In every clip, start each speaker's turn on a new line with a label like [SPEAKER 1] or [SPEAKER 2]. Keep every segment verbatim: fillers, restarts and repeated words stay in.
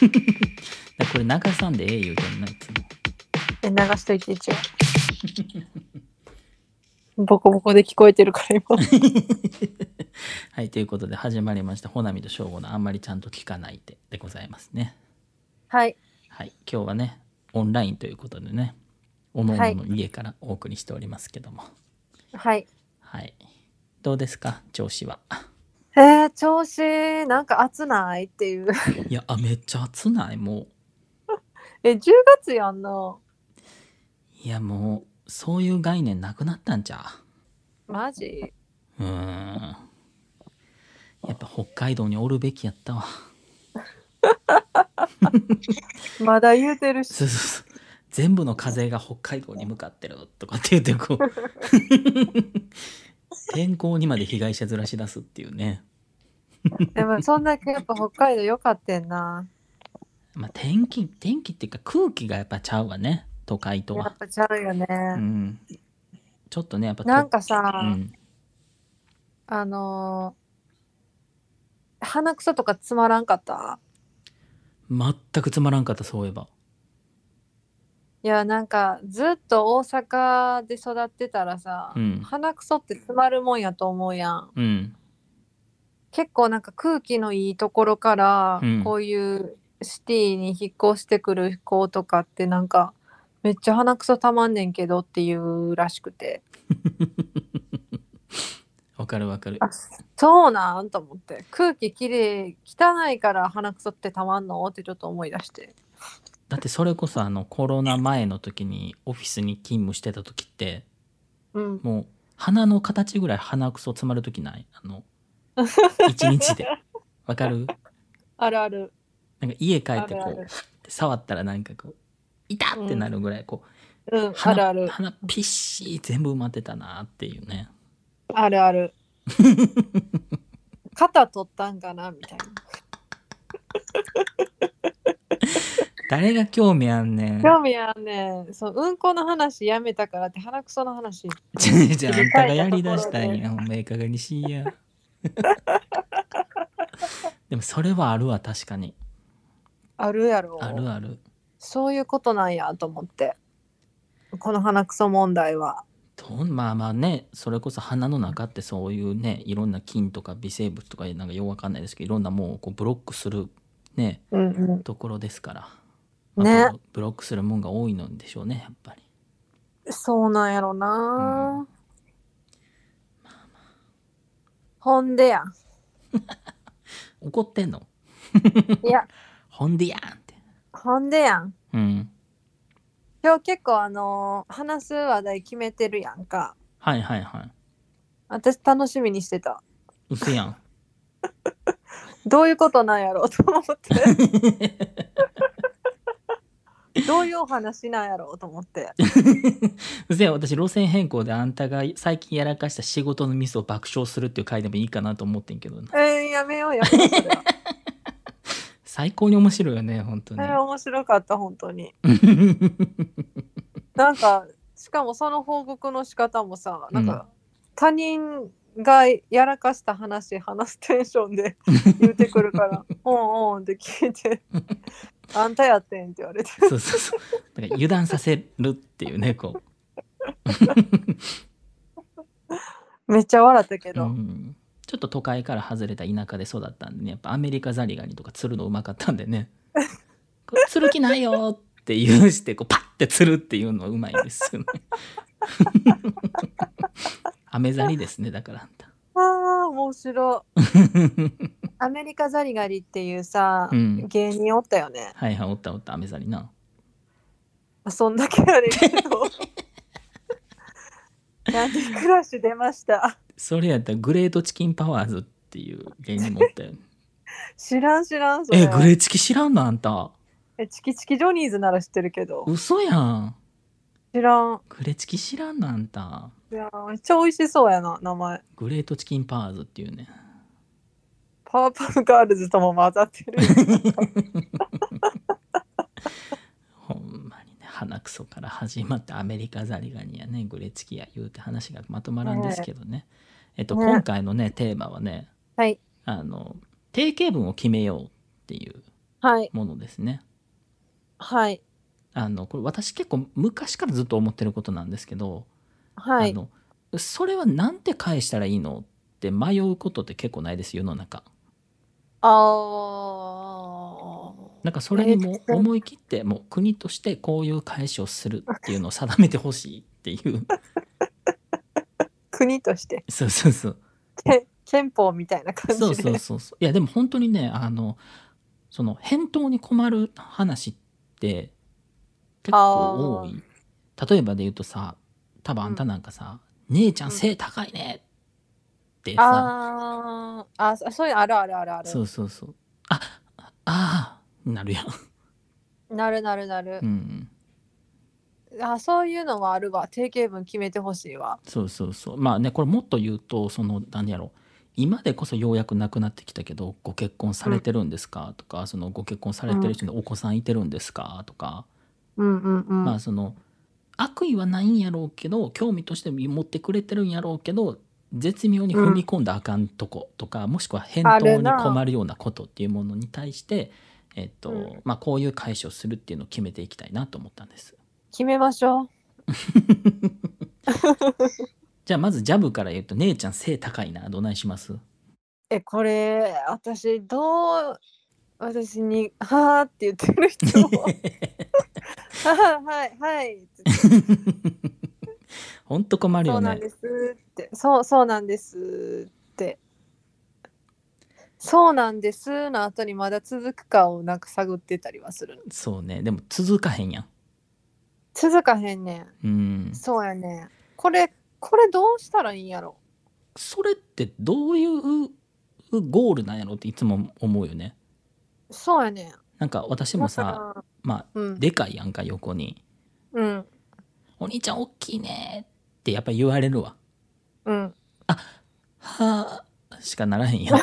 [SPEAKER 1] これ流さんでええ言うてんな、いつも。
[SPEAKER 2] え、流しといて一応。ボコボコで聞こえてるから今。
[SPEAKER 1] はい、ということで始まりました、ほなみとしょうごのあんまりちゃんと聞かないででございますね。
[SPEAKER 2] はい。
[SPEAKER 1] はい、今日はね、オンラインということでね、おのおのの家からお送りしておりますけども。
[SPEAKER 2] はい。
[SPEAKER 1] はい。どうですか、調子は。
[SPEAKER 2] えー、調子、なんか暑ないっていう。
[SPEAKER 1] いや、あ、めっちゃ暑ないもう。
[SPEAKER 2] え、じゅうがつやんな。
[SPEAKER 1] いや、もう、そういう概念なくなったんちゃ
[SPEAKER 2] マジ
[SPEAKER 1] う。うーん。やっぱ北海道におるべきやったわ。
[SPEAKER 2] まだ言うてるし。
[SPEAKER 1] そうそうそう。全部の風が北海道に向かってるとかって言ってこう天候にまで被害者ずらし出すっていうね。
[SPEAKER 2] でもそんだけやっぱ北海道良かったんな。
[SPEAKER 1] まあ天気天気っていうか空気がやっぱちゃうわね、都会とは。
[SPEAKER 2] やっぱちゃうよね。
[SPEAKER 1] うん。ちょっとねやっぱと
[SPEAKER 2] なんかさ、
[SPEAKER 1] うん、
[SPEAKER 2] あのー鼻くそとかつまらんかった？
[SPEAKER 1] 全くつまらんかった、そういえば。
[SPEAKER 2] いや、なんかずっと大阪で育ってたらさ、
[SPEAKER 1] うん
[SPEAKER 2] 鼻くそってつまるもんやと思うやん。
[SPEAKER 1] うん
[SPEAKER 2] 結構なんか空気のいいところから
[SPEAKER 1] うん
[SPEAKER 2] こういうシティに引っ越してくる子とかってなんかめっちゃ鼻くそたまんねんけどっていうらしくて、
[SPEAKER 1] わかるわかる。
[SPEAKER 2] あ、そうなんと思って、空気きれい汚いから鼻くそってたまんのってちょっと思い出して。
[SPEAKER 1] だってそれこそあのコロナ前の時にオフィスに勤務してた時って
[SPEAKER 2] うん
[SPEAKER 1] もう鼻の形ぐらい鼻くそ詰まる時ない？あの一日で。わかる？
[SPEAKER 2] あるある
[SPEAKER 1] なんか家帰ってこう
[SPEAKER 2] あるある。
[SPEAKER 1] 触ったらなんかこう痛ってなるぐらいこう
[SPEAKER 2] うん、あ
[SPEAKER 1] 鼻
[SPEAKER 2] るある
[SPEAKER 1] 鼻ピッシー全部埋まってたなっていうね。
[SPEAKER 2] あるある。肩取ったんかなみたいな。
[SPEAKER 1] 誰が興味あんねん。
[SPEAKER 2] 興味あんねん。そう、うんこの話やめたからって鼻くその話。
[SPEAKER 1] じゃじゃああんたがやりだしたんや、ほんまええ加減にしいや。でもそれはあるわ、確かに。
[SPEAKER 2] あるや
[SPEAKER 1] あ
[SPEAKER 2] ろ。
[SPEAKER 1] るある。
[SPEAKER 2] そういうことなんやと思って。この鼻くそ問題は。
[SPEAKER 1] とまあまあね、それこそ鼻の中ってそういうね、いろんな菌とか微生物とかなんかよくわかんないですけど、いろんなもんをこうブロックするね、
[SPEAKER 2] うんう
[SPEAKER 1] ところですから、
[SPEAKER 2] ん。
[SPEAKER 1] まあ、ブ
[SPEAKER 2] ね。
[SPEAKER 1] ロブロックするもんが多いのでしょうね、やっぱり。
[SPEAKER 2] そうなんやろ
[SPEAKER 1] うん。
[SPEAKER 2] な。ほんでやん。
[SPEAKER 1] 怒ってんの？
[SPEAKER 2] いや、
[SPEAKER 1] ほんでやんって。
[SPEAKER 2] ほんでやん。
[SPEAKER 1] うん。
[SPEAKER 2] 今日結構あのー話す話題決めてるやんか。
[SPEAKER 1] はいはいはい。
[SPEAKER 2] 私楽しみにしてた。
[SPEAKER 1] うせやん。
[SPEAKER 2] どういうことなんやろうと思って。どういうお話なんやろうと思って。
[SPEAKER 1] うせやん、私路線変更であんたが最近やらかした仕事のミスを爆笑するっていう回でもいいかなと思ってんけどな。
[SPEAKER 2] えー、やめようやめようそれは。
[SPEAKER 1] 最高に面白いよね、本当に。
[SPEAKER 2] えー、面白かった本当に。なんかしかもその報告の仕方もさ、なんか他人がやらかした話話すテンションで言ってくるから「おんおん」って聞いて「あんたやってん」って言われて。
[SPEAKER 1] そうそうそう。なんか油断させるっていうね、こ
[SPEAKER 2] めっちゃ笑ったけ
[SPEAKER 1] う。う
[SPEAKER 2] ど。
[SPEAKER 1] ん。ちょっと都会から外れた田舎で育ったんでね、やっぱアメリカザリガニとか釣るのうまかったんでね、こう釣る気ないよって言うして、こうパッて釣るっていうのうまいんですよね。アメザリですね、だからあんた。
[SPEAKER 2] あー面白い。アメリカザリガニっていうさ、
[SPEAKER 1] うん。
[SPEAKER 2] 芸人おったよね。
[SPEAKER 1] はいはい、おったおった、アメザリな。
[SPEAKER 2] そんだけやねんけど。キャンディークラッシュ出ました。
[SPEAKER 1] それやったらグレートチキンパワーズっていう芸人もおったよね。
[SPEAKER 2] 知らん知らんそれ。
[SPEAKER 1] え、グレチキ知らんのあんた？
[SPEAKER 2] えチキチキジョニーズなら知ってるけど。
[SPEAKER 1] 嘘やん。
[SPEAKER 2] 知らん。
[SPEAKER 1] グレチキ知らんのあんた？
[SPEAKER 2] いやめっちゃ美味しそうやな名前。
[SPEAKER 1] グレートチキンパワーズっていうね。
[SPEAKER 2] パワーパフガールズとも混ざってる。
[SPEAKER 1] ほんまにね、鼻くそから始まってアメリカザリガニやね、グレチキや言うて話がまとまらんですけどね。えっと、
[SPEAKER 2] ね
[SPEAKER 1] 今回のね、テーマはね、
[SPEAKER 2] はい
[SPEAKER 1] あの、定型文を決めようっていう
[SPEAKER 2] はい
[SPEAKER 1] ものですね。
[SPEAKER 2] はい
[SPEAKER 1] あのこれ私結構昔からずっと思ってることなんですけど、
[SPEAKER 2] はい。
[SPEAKER 1] あのそれはなんて返したらいいのって迷うことって結構ないです世の中。
[SPEAKER 2] ああ。
[SPEAKER 1] なんかそれ
[SPEAKER 2] えー、
[SPEAKER 1] にもう思い切ってもう国としてこういう返しをするっていうのを定めてほしいっていう
[SPEAKER 2] 国として
[SPEAKER 1] そうそうそう
[SPEAKER 2] け憲法みたいな感
[SPEAKER 1] そうそう
[SPEAKER 2] じで。
[SPEAKER 1] そうそういやでも本当にねあのその返答に困る話って結構多
[SPEAKER 2] あ
[SPEAKER 1] い。例えばで言うとさ、多分
[SPEAKER 2] あ、
[SPEAKER 1] あんた
[SPEAKER 2] うん、
[SPEAKER 1] なんかさ「姉ちゃん
[SPEAKER 2] うん。
[SPEAKER 1] 背高いね」ってさ、
[SPEAKER 2] あーあ、そそういうのあるあるあるある。
[SPEAKER 1] そうそうそうああーなるやん。
[SPEAKER 2] なるなるなる。
[SPEAKER 1] うん
[SPEAKER 2] あ、そういうのはあるわ。定型文決めてほしいわ。
[SPEAKER 1] そうそうそうまあねこれもっと言うとその何やろ今でこそようやくなくなってきたけどご結婚さ
[SPEAKER 2] うん、
[SPEAKER 1] れてるんですかとかそのご結婚さ
[SPEAKER 2] うん、
[SPEAKER 1] れてる人にお子さんいてるんですかとか
[SPEAKER 2] うん、うん、うん。
[SPEAKER 1] まあその悪意はないんやろうけど興味として持ってくれてるんやろうけど絶妙に踏み
[SPEAKER 2] うん。
[SPEAKER 1] 込んだらあかんとことかもしくは返
[SPEAKER 2] あ
[SPEAKER 1] 答に
[SPEAKER 2] るな。
[SPEAKER 1] 困るようなことっていうものに対してえっ
[SPEAKER 2] うん。
[SPEAKER 1] とまあこういう解消するっていうのを決めていきたいなと思ったんです。
[SPEAKER 2] 決めましょう。
[SPEAKER 1] じゃあまずジャブから言うと姉ちゃん背高いなどないします？
[SPEAKER 2] え、これ、私、どう、私に、はーって言ってる人を、はははい、はいっつって、
[SPEAKER 1] ほんと困るよね。
[SPEAKER 2] そうなんですって、そう、そうなんですって、そうなんですの後にまだ続くかをなんか探ってたりはする。
[SPEAKER 1] そうねでも続かへんやん。
[SPEAKER 2] 続かへんねん。
[SPEAKER 1] うん
[SPEAKER 2] そうやねん。これ、これどうしたらいいんやろ。
[SPEAKER 1] それってどういうゴールなんやろっていつも思うよね。
[SPEAKER 2] そうやねん。
[SPEAKER 1] なんか私も
[SPEAKER 2] だか
[SPEAKER 1] さ
[SPEAKER 2] ら、
[SPEAKER 1] まあ
[SPEAKER 2] うん、
[SPEAKER 1] でかいやんか横に
[SPEAKER 2] うん、
[SPEAKER 1] 「お兄ちゃんおっきいね」ってやっぱ言われるわ。
[SPEAKER 2] うん。
[SPEAKER 1] はあしかならへんやん。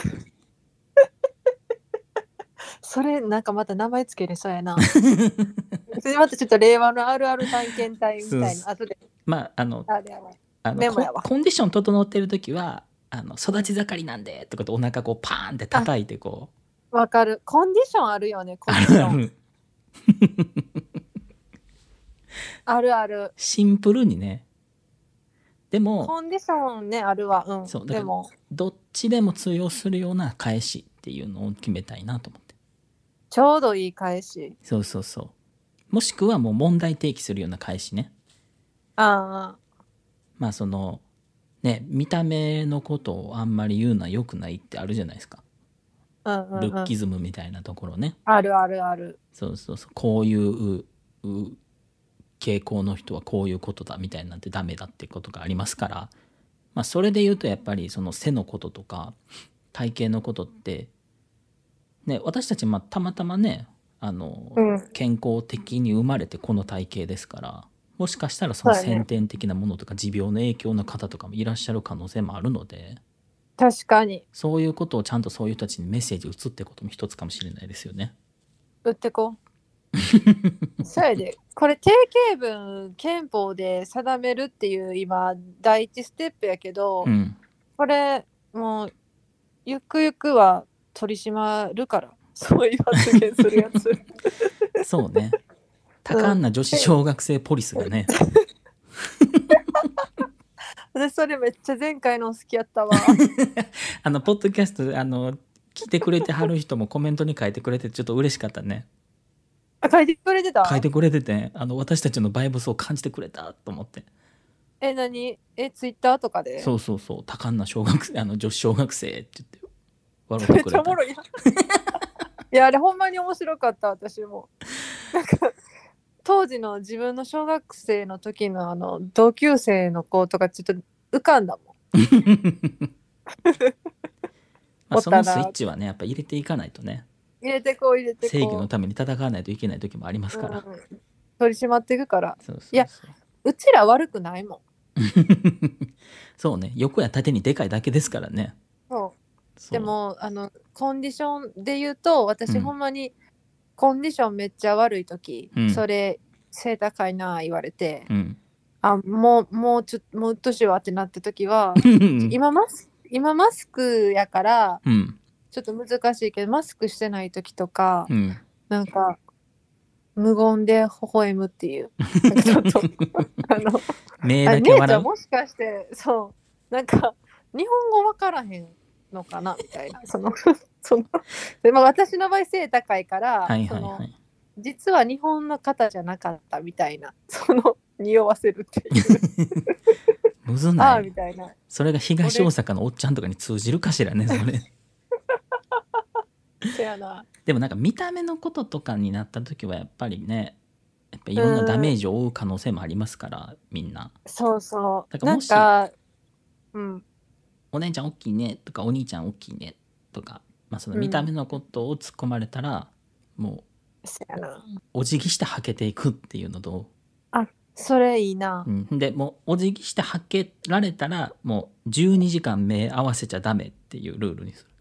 [SPEAKER 2] それ、なんかまた名前つけれそうやな。それまたちょっと令和のあるある探検隊み
[SPEAKER 1] そう
[SPEAKER 2] たいな。後で、
[SPEAKER 1] まああの
[SPEAKER 2] あれやわ。
[SPEAKER 1] あのコ
[SPEAKER 2] メモやわ。
[SPEAKER 1] コンディション整ってる時はあの育ち
[SPEAKER 2] うん。
[SPEAKER 1] 盛りなんでってことお腹こうパーンって
[SPEAKER 2] あ、
[SPEAKER 1] 叩いてこう
[SPEAKER 2] わかる。コンディションあるよね、コン
[SPEAKER 1] あ
[SPEAKER 2] ディション。
[SPEAKER 1] るある
[SPEAKER 2] あるある。
[SPEAKER 1] シンプルにね。でも
[SPEAKER 2] コンディションね、あるわ。うん。
[SPEAKER 1] そうだから
[SPEAKER 2] でも、
[SPEAKER 1] どっちでも通用するような返しっていうのを決めたいなと思って。
[SPEAKER 2] ちょうどいい返し。
[SPEAKER 1] そうそうそうもしくはもう問題提起するような返しね。
[SPEAKER 2] あ
[SPEAKER 1] まあそのね見た目のことをあんまり言うのは良くないってあるじゃないですか。
[SPEAKER 2] あ、うんうんうん。
[SPEAKER 1] ルッキズムみたいなところね。
[SPEAKER 2] あるあるある。
[SPEAKER 1] そうそうそうこういうう傾向の人はこういうことだみたいなんてダメだってことがありますから、まあ、それで言うとやっぱりその背のこととか体型のことってね私たちまあたまたまねあの
[SPEAKER 2] うん。
[SPEAKER 1] 健康的に生まれてこの体型ですからもしかしたらその
[SPEAKER 2] そうやね。
[SPEAKER 1] 先天的なものとか持病の影響の方とかもいらっしゃる可能性もあるので
[SPEAKER 2] 確かに。
[SPEAKER 1] そういうことをちゃんとそういう人たちにメッセージ打つってことも一つかもしれないですよね。
[SPEAKER 2] 打ってこう。そうやで。これ定型文憲法で定めるっていう今第一ステップやけど、
[SPEAKER 1] うん
[SPEAKER 2] これもうゆくゆくは取り締まるから。そういう発言するやつ。
[SPEAKER 1] そうね多
[SPEAKER 2] うん。
[SPEAKER 1] 感な女子小学生ポリスがね
[SPEAKER 2] 私それめっちゃ前回の好きやったわ。
[SPEAKER 1] あのポッドキャストあの聞いてくれてはる人もコメントに書いてくれてちょっと嬉しかったね。
[SPEAKER 2] あ、書いてくれてた。
[SPEAKER 1] 書いてくれててあの私たちのバイブスを感じてくれたと思って。
[SPEAKER 2] え、何え、ツイッターとかで。
[SPEAKER 1] そうそうそう多感な小学生あの女子小学生って言って笑っ
[SPEAKER 2] め
[SPEAKER 1] てくれた。
[SPEAKER 2] っちゃおもろいやん。いや、あれほんまに面白かった、私も。なんか、当時の自分の小学生の時のあの同級生の子とかちょっと浮かんだもん。
[SPEAKER 1] まあそのスイッチはねやっぱ入れていかないとね
[SPEAKER 2] 入れてこう入れて
[SPEAKER 1] 正義の
[SPEAKER 2] こ
[SPEAKER 1] ために戦わないといけない時もあります
[SPEAKER 2] う。
[SPEAKER 1] から。
[SPEAKER 2] うん、取り締まっていくから。
[SPEAKER 1] そう
[SPEAKER 2] いや、
[SPEAKER 1] そうそう
[SPEAKER 2] うちら悪くないもん。
[SPEAKER 1] そうね横や縦にでかいだけですからね。
[SPEAKER 2] そう
[SPEAKER 1] そう
[SPEAKER 2] でもあのコンディションで言うと私、
[SPEAKER 1] うん
[SPEAKER 2] ほんまにコンディションめっちゃ悪い時、
[SPEAKER 1] うん
[SPEAKER 2] それ背高いな言われて、
[SPEAKER 1] うん
[SPEAKER 2] あもうもうちょっともううっとしいわってなった時は今マス今マスクやから
[SPEAKER 1] うん
[SPEAKER 2] ちょっと難しいけどマスクしてない時とか、
[SPEAKER 1] うん
[SPEAKER 2] なんか無言で微笑むっていう。なんかちょっとあの
[SPEAKER 1] 目
[SPEAKER 2] あれ
[SPEAKER 1] だけ笑う。
[SPEAKER 2] 姉ちゃんもしかしてそうなんか日本語わからへんのかなみたいなそのそので、まあ、私の場合背高いから
[SPEAKER 1] はい
[SPEAKER 2] その
[SPEAKER 1] はいはい。
[SPEAKER 2] 実は日本の方じゃなかったみたいなその匂わせるっていう
[SPEAKER 1] むずな
[SPEAKER 2] ああ
[SPEAKER 1] い。
[SPEAKER 2] みたいな
[SPEAKER 1] それが東大
[SPEAKER 2] 俺
[SPEAKER 1] 阪のおっちゃんとかに通じるかしらね、それ。
[SPEAKER 2] せやな
[SPEAKER 1] でもなんか見た目のこととかになった時はやっぱりね、やっぱいろんなダ
[SPEAKER 2] うん
[SPEAKER 1] メージを負う可能性もありますから、みんな。
[SPEAKER 2] そうそうなん
[SPEAKER 1] だからもし、
[SPEAKER 2] かうん
[SPEAKER 1] お姉ちゃん大きいねとかお兄ちゃん大きいねとか、まあ、その見た
[SPEAKER 2] うん
[SPEAKER 1] 目のことを突っ込まれたら、も
[SPEAKER 2] せやな
[SPEAKER 1] うお辞儀してはけていくっていうのと、
[SPEAKER 2] あそれいいな、
[SPEAKER 1] うん、でもうお辞儀してはけられたらもうじゅうにじかん目合わせちゃダメっていうルールにする。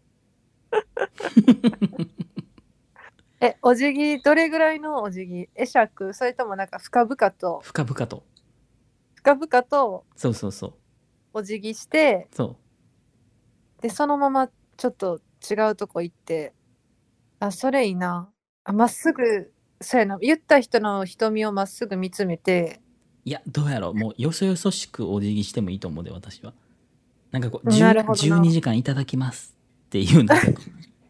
[SPEAKER 2] えお辞儀どれぐらいのお辞儀会釈それともなんか深々と
[SPEAKER 1] 深々と。
[SPEAKER 2] 深々と
[SPEAKER 1] そうそうそう
[SPEAKER 2] お辞儀して
[SPEAKER 1] そう
[SPEAKER 2] でそのままちょっと違うとこ行ってあそれいいなあまっすぐそうやな言った人の瞳をまっすぐ見つめて
[SPEAKER 1] いやどうやろう、もうよそよそしくお辞儀してもいいと思うで、私は。なんかこう
[SPEAKER 2] なるほど
[SPEAKER 1] じゅうに
[SPEAKER 2] な
[SPEAKER 1] じかんいただきますっていう、なんかこ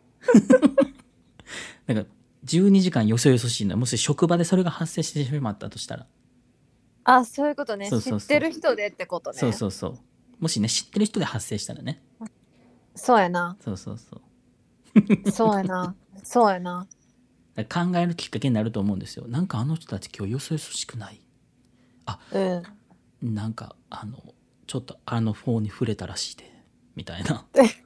[SPEAKER 1] うなんかじゅうにじかんよそよそしいのは、もし職場でそれが発生してしまったとしたら、
[SPEAKER 2] あそういうことね
[SPEAKER 1] そうそうそう
[SPEAKER 2] 知ってる人でってことね
[SPEAKER 1] そうそうそう、もしね知ってる人で発生したらね、
[SPEAKER 2] そうやな
[SPEAKER 1] そうそうそう、
[SPEAKER 2] そうやなそうやな
[SPEAKER 1] だから考えるきっかけになると思うんですよ。なんかあの人たち今日よそよそしくない、
[SPEAKER 2] うん
[SPEAKER 1] なんかあのちょっとあの方に触れたらしいでみたいな。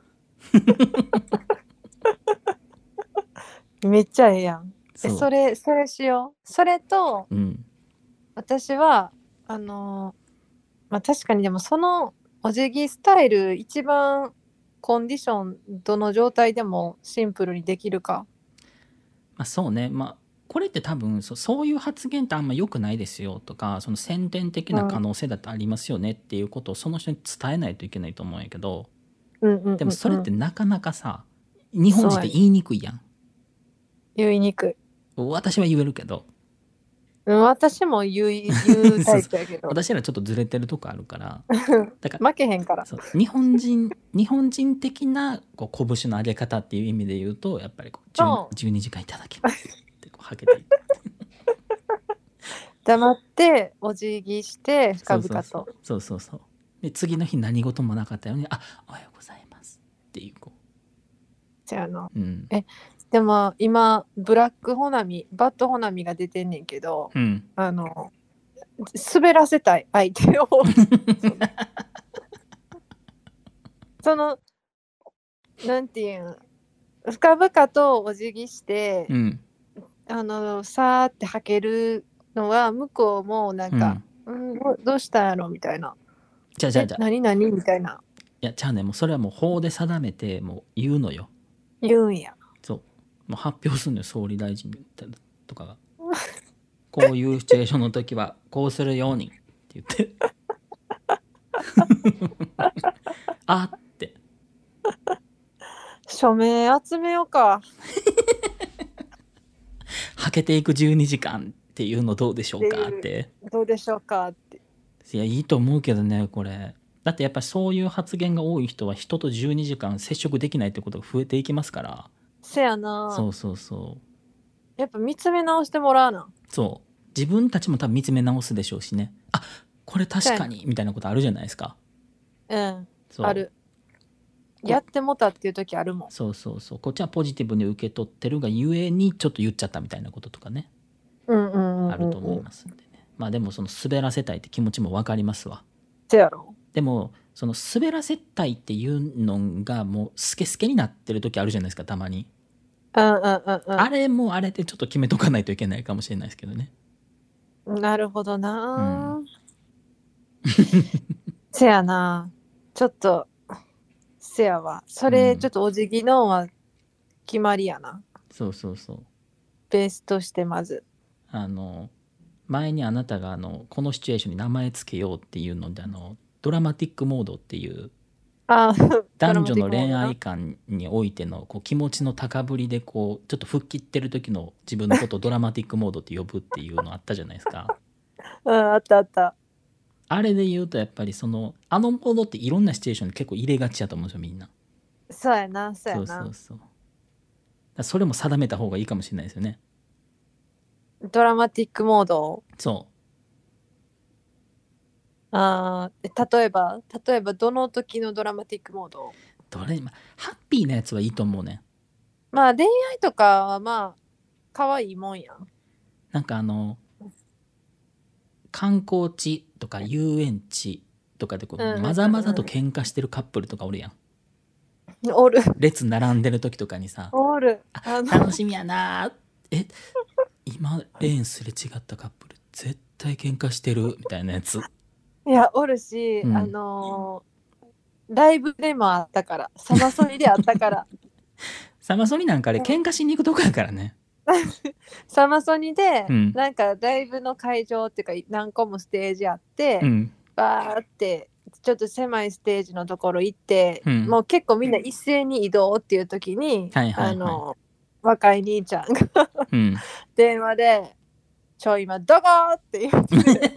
[SPEAKER 2] めっちゃええやんえ
[SPEAKER 1] そう
[SPEAKER 2] それそれしようそれと
[SPEAKER 1] うん
[SPEAKER 2] 私はあのーまあ確かにでもそのお辞儀スタイル一番コンディションどの状態でもシンプルにできるか
[SPEAKER 1] まあそうね、まあこれって多分そそういう発言ってあんま良くないですよとか、その宣伝的な可能性だってありますよねっていうことをその人に伝えないといけないと思うんやけど、
[SPEAKER 2] うんうん
[SPEAKER 1] でもそれって
[SPEAKER 2] うんうん
[SPEAKER 1] なかなかさ、日本人って
[SPEAKER 2] そうやね
[SPEAKER 1] 言いにくいやん。
[SPEAKER 2] 言いにくい
[SPEAKER 1] 私は言えるけど、
[SPEAKER 2] うん私も言う言うタイプやけど
[SPEAKER 1] 私らちょっとずれてるとこあるから、だから
[SPEAKER 2] 負けへんから
[SPEAKER 1] そう日本人日本人的なこう拳の上げ方っていう意味で言うと、やっぱりこう
[SPEAKER 2] そう
[SPEAKER 1] じゅうにじかんいただきますってこうはけていく。
[SPEAKER 2] 黙ってお辞儀して
[SPEAKER 1] そう
[SPEAKER 2] 深々と
[SPEAKER 1] そうそうそうそうそう。で次の日何事もなかったように、あ、おはようございますっていうこ
[SPEAKER 2] じゃあの
[SPEAKER 1] う、うん
[SPEAKER 2] えでも今ブラックホナミバッドホナミが出てんねんけど
[SPEAKER 1] うん
[SPEAKER 2] あの滑らせたい相手をそのなんていうん深々とお辞儀して、
[SPEAKER 1] うん
[SPEAKER 2] あのさーって履けるのは向こうもなんか、うんどどうしたんやろみたいなえ
[SPEAKER 1] じゃあじゃあじゃあ
[SPEAKER 2] 何何みたいない
[SPEAKER 1] やじゃあね、もうそれはもう法で定めてもう言うのよ。
[SPEAKER 2] 言うんや
[SPEAKER 1] そうもう発表するのよ、総理大臣とかが。こういうシチュエーションの時はこうするようにって言ってあって
[SPEAKER 2] 署名集めようか
[SPEAKER 1] はけていくじゅうにじかんっていうのどうでしょうかって。
[SPEAKER 2] どうでしょうかって
[SPEAKER 1] いやいいと思うけどね、これだってやっぱりそういう発言が多い人は人とじゅうにじかん接触できないってことが増えていきますから。
[SPEAKER 2] せやな
[SPEAKER 1] そうそうそう
[SPEAKER 2] やっぱ見つめ直してもらわな
[SPEAKER 1] そう自分たちも多分見つめ直すでしょうしね、あこれ確かにみたいなことあるじゃないですか。
[SPEAKER 2] うん
[SPEAKER 1] そう
[SPEAKER 2] あるやってもたっていう時あるもん
[SPEAKER 1] そうそうそう、こっちはポジティブに受け取ってるがゆえにちょっと言っちゃったみたいなこととかね、
[SPEAKER 2] うんうんうんうん、うん、
[SPEAKER 1] あると思いますんでね。まあでもその滑らせたいって気持ちも分かりますわ。
[SPEAKER 2] せやろ
[SPEAKER 1] でもその滑らせたいっていうのがもうスケスケになってる時あるじゃないですか、たまに。
[SPEAKER 2] うんうんうんうん
[SPEAKER 1] あれもあれでちょっと決めとかないといけないかもしれないですけどね。
[SPEAKER 2] なるほどな、せやなちょっとせやわそれちょっとお辞儀のは決まりやな、
[SPEAKER 1] そうそうそう。
[SPEAKER 2] ベースとしてまず
[SPEAKER 1] あの前にあなたがあのこのシチュエーションに名前つけようっていうので、あのドラマティックモードっていう
[SPEAKER 2] あードラ
[SPEAKER 1] 男女
[SPEAKER 2] マティックモードな。
[SPEAKER 1] の恋愛観においてのこう気持ちの高ぶりでこうちょっと吹っ切ってる時の自分のことをドラマティックモードって呼ぶっていうのあったじゃないですか。
[SPEAKER 2] うん、あったあった。
[SPEAKER 1] あれで言うとやっぱりそのあのモードっていろんなシチュエーションで結構入れがちやと思うんですよみんな。
[SPEAKER 2] そうやな、そう
[SPEAKER 1] そうそ
[SPEAKER 2] やな。
[SPEAKER 1] うそう。だからそれも定めた方がいいかもしれないですよね。
[SPEAKER 2] ドラマティックモード。
[SPEAKER 1] そ
[SPEAKER 2] あー例えば、例えばどの時のドラマティックモード？
[SPEAKER 1] う。どれ、まあ、ハッピーなやつはいいと思うね。
[SPEAKER 2] まあ恋愛とかはまあ可愛いもんやん。
[SPEAKER 1] なんかあの観光地とか遊園地とかでこう
[SPEAKER 2] うんうんうんうん
[SPEAKER 1] まざまざと喧嘩してるカップルとかおるやん。
[SPEAKER 2] おる
[SPEAKER 1] 列並んでる時とかにさ、
[SPEAKER 2] おる。
[SPEAKER 1] あ
[SPEAKER 2] あの
[SPEAKER 1] 楽しみやなー、え今レーンすれ違ったカップル絶対喧嘩してるみたいなやつ。
[SPEAKER 2] いやおるし、
[SPEAKER 1] うん
[SPEAKER 2] あのーライブでもあったから、サマソニであったから、
[SPEAKER 1] サマソニなんかあれ喧嘩しに行くとこやからね。
[SPEAKER 2] サマソニで、
[SPEAKER 1] うん
[SPEAKER 2] なんかライブの会場っていうか何個もステージあって、
[SPEAKER 1] うん
[SPEAKER 2] バーってちょっと狭いステージのところ行って、
[SPEAKER 1] うん
[SPEAKER 2] もう結構みんな一斉に移動っていう時に、
[SPEAKER 1] はいはいはい
[SPEAKER 2] あの若い兄ちゃんが
[SPEAKER 1] うん
[SPEAKER 2] 電話で「ちょ今どこ?」って言って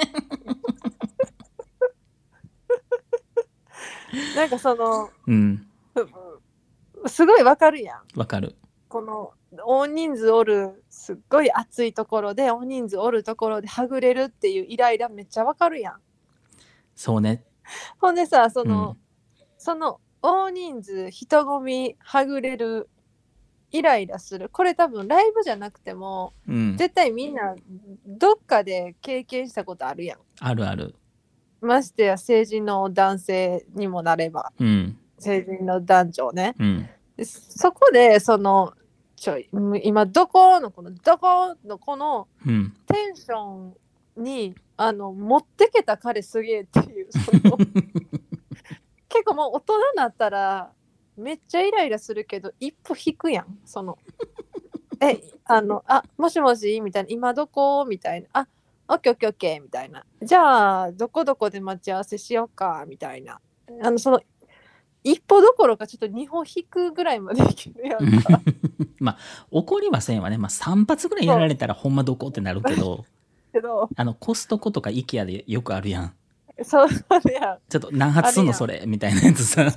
[SPEAKER 2] なんかその
[SPEAKER 1] うん
[SPEAKER 2] すごいわかるやん。
[SPEAKER 1] わかる。
[SPEAKER 2] この大人数おるすっごい暑いところで大人数おるところではぐれるっていうイライラめっちゃわかるやん。
[SPEAKER 1] そうね。
[SPEAKER 2] ほんでさ、その、
[SPEAKER 1] うん
[SPEAKER 2] その大人数人混みはぐれるイライラする、これ多分ライブじゃなくても
[SPEAKER 1] うん
[SPEAKER 2] 絶対みんなどっかで経験したことあるやん。
[SPEAKER 1] あるある。
[SPEAKER 2] ましてや成人の男性にもなれば
[SPEAKER 1] うん
[SPEAKER 2] 成人の男女ね。
[SPEAKER 1] うん
[SPEAKER 2] でそこでそのちょい今どこのこのどこのこの
[SPEAKER 1] うん
[SPEAKER 2] テンションにあの持ってけた彼すげえっていうその結構もう大人になったらめっちゃイライラするけど一歩引くやん。そのえあのあもしもしみたいな、今どこみたいな、あオッケーオッケーオッケーみたいな、じゃあどこどこで待ち合わせしようかみたいな、あのその一歩どころかちょっと二歩引くぐらいまでいけるやんか
[SPEAKER 1] まあ怒りはせんわね。まあさん発ぐらいやられたらほんまどこってなるけど、
[SPEAKER 2] けど
[SPEAKER 1] あのコストコとかイケアでよくあるやん。
[SPEAKER 2] そうそうやん。
[SPEAKER 1] ちょっと何発すんのそれみたいなやつさ。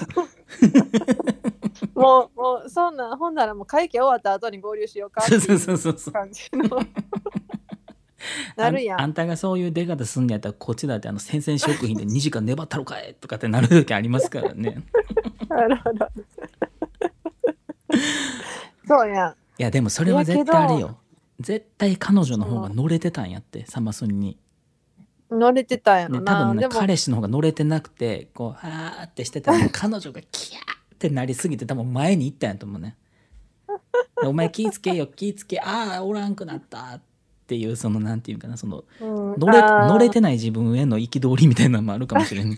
[SPEAKER 2] もうもうそんなほんならもう会計終わった後に合流しようかって
[SPEAKER 1] そう
[SPEAKER 2] い
[SPEAKER 1] そうそうそう。
[SPEAKER 2] 感じのなるやん。
[SPEAKER 1] あんあんたがそういう出方すんのやったらこっちだってあの生鮮食品でにじかん粘ったろかいとかってなる時ありますからね。
[SPEAKER 2] あるあるそうやん。
[SPEAKER 1] いやでもそれは絶対あれよ。絶対彼女の方が乗れてたんやってサマソニに。
[SPEAKER 2] 乗れてたんや
[SPEAKER 1] ね、
[SPEAKER 2] ろ
[SPEAKER 1] 多分ね
[SPEAKER 2] な。でも
[SPEAKER 1] 彼氏の方が乗れてなくてこうはーってしてたら彼女がキャーってなりすぎて多分前に行ったんやと思うね。でお前気ぃつけよ気ぃつけ、ああおらんくなったっていうそのなんていうかな、その
[SPEAKER 2] うん
[SPEAKER 1] 乗れ
[SPEAKER 2] あー
[SPEAKER 1] 乗れてない自分への憤りみたいなのもあるかもしれん。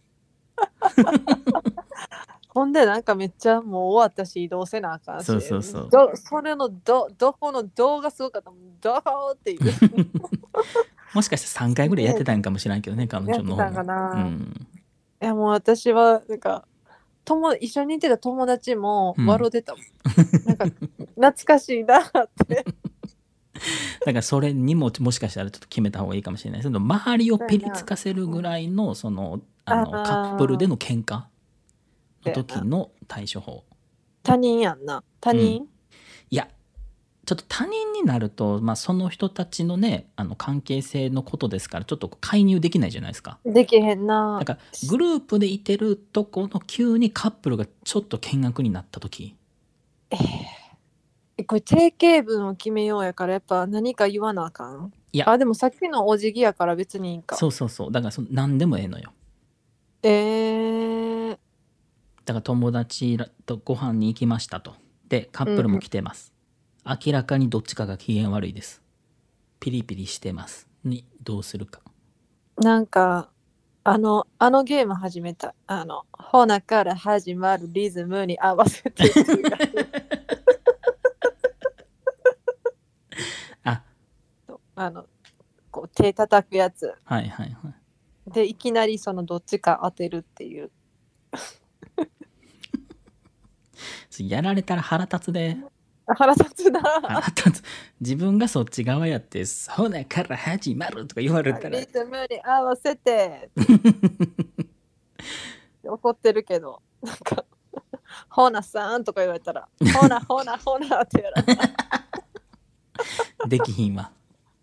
[SPEAKER 2] ほんでなんかめっちゃもう終わったし移動せなあかんし、
[SPEAKER 1] そうそうそう
[SPEAKER 2] どそれのどどこの動画すごかったもん、どこっていう
[SPEAKER 1] もしかしてさんかいぐらいやってたんかもしれんけどね彼女の方
[SPEAKER 2] やってたんかな
[SPEAKER 1] うん
[SPEAKER 2] いやもう私はなんか友一緒にいてた友達も
[SPEAKER 1] うん
[SPEAKER 2] 笑ってたもん、なんか懐かしいなって
[SPEAKER 1] だからそれにももしかしたらちょっと決めた方がいいかもしれないですけど、周りをピリつかせるぐらいのそのあの
[SPEAKER 2] あー
[SPEAKER 1] カップルでの喧嘩の時の対処法。
[SPEAKER 2] 他人やんな他人、
[SPEAKER 1] いやちょっと他人になると、まあ、その人たちのねあの関係性のことですからちょっと介入できないじゃないですか。
[SPEAKER 2] できへんな。
[SPEAKER 1] だからグループでいてるとこの急にカップルがちょっと見学になった時、
[SPEAKER 2] えこれ定型文を決めようやからやっぱ何か言わなあかん。
[SPEAKER 1] いや
[SPEAKER 2] あでもさっきのお辞儀やから別にいいんか。
[SPEAKER 1] そうそうそう、だからその何でもええのよ。
[SPEAKER 2] えー、
[SPEAKER 1] だから友達とご飯に行きましたと。でカップルも来てます、明らかにどっちかが機嫌悪いです、ピリピリしてますにどうするか。
[SPEAKER 2] なんかあのあのゲーム始めた、あのほなから始まるリズムに合わせて
[SPEAKER 1] あ
[SPEAKER 2] あのこう手叩くやつ
[SPEAKER 1] はいはいはい。
[SPEAKER 2] でいきなりそのどっちか当てるっていう
[SPEAKER 1] やられたら腹立つで。
[SPEAKER 2] 腹立つな。
[SPEAKER 1] 腹立つ。自分がそっち側やって「そうだから始まる」とか言われたら
[SPEAKER 2] リズムに合わせて怒ってるけど、なんか「ほなさん」とか言われたら「ほなほなほな」ってやられた。
[SPEAKER 1] できひんわ。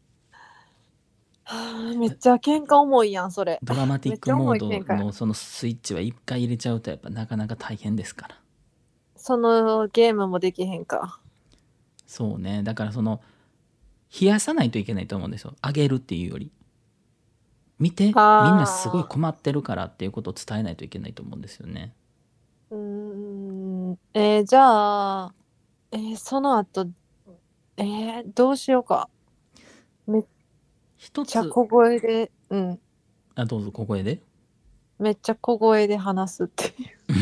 [SPEAKER 2] はあめっちゃ喧嘩重いやんそれ。
[SPEAKER 1] ドラマティックモー
[SPEAKER 2] めっちゃ重い喧嘩や
[SPEAKER 1] ドのそのスイッチは一回入れちゃうとやっぱなかなか大変ですから。
[SPEAKER 2] そのゲームもできへんか。
[SPEAKER 1] そうね。だからその冷やさないといけないと思うんですよ。あげるっていうより。見てみん
[SPEAKER 2] あー
[SPEAKER 1] なすごい困ってるからっていうことを伝えないといけないと思うんですよね。
[SPEAKER 2] うーんえーじゃあ、えーその後えーどうしようか。めっ
[SPEAKER 1] 一つ
[SPEAKER 2] ちゃ小声でうん
[SPEAKER 1] あどうぞ小声で。
[SPEAKER 2] めっちゃ小声で話すっていう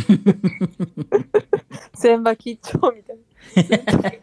[SPEAKER 2] 千葉吉兆みたいな。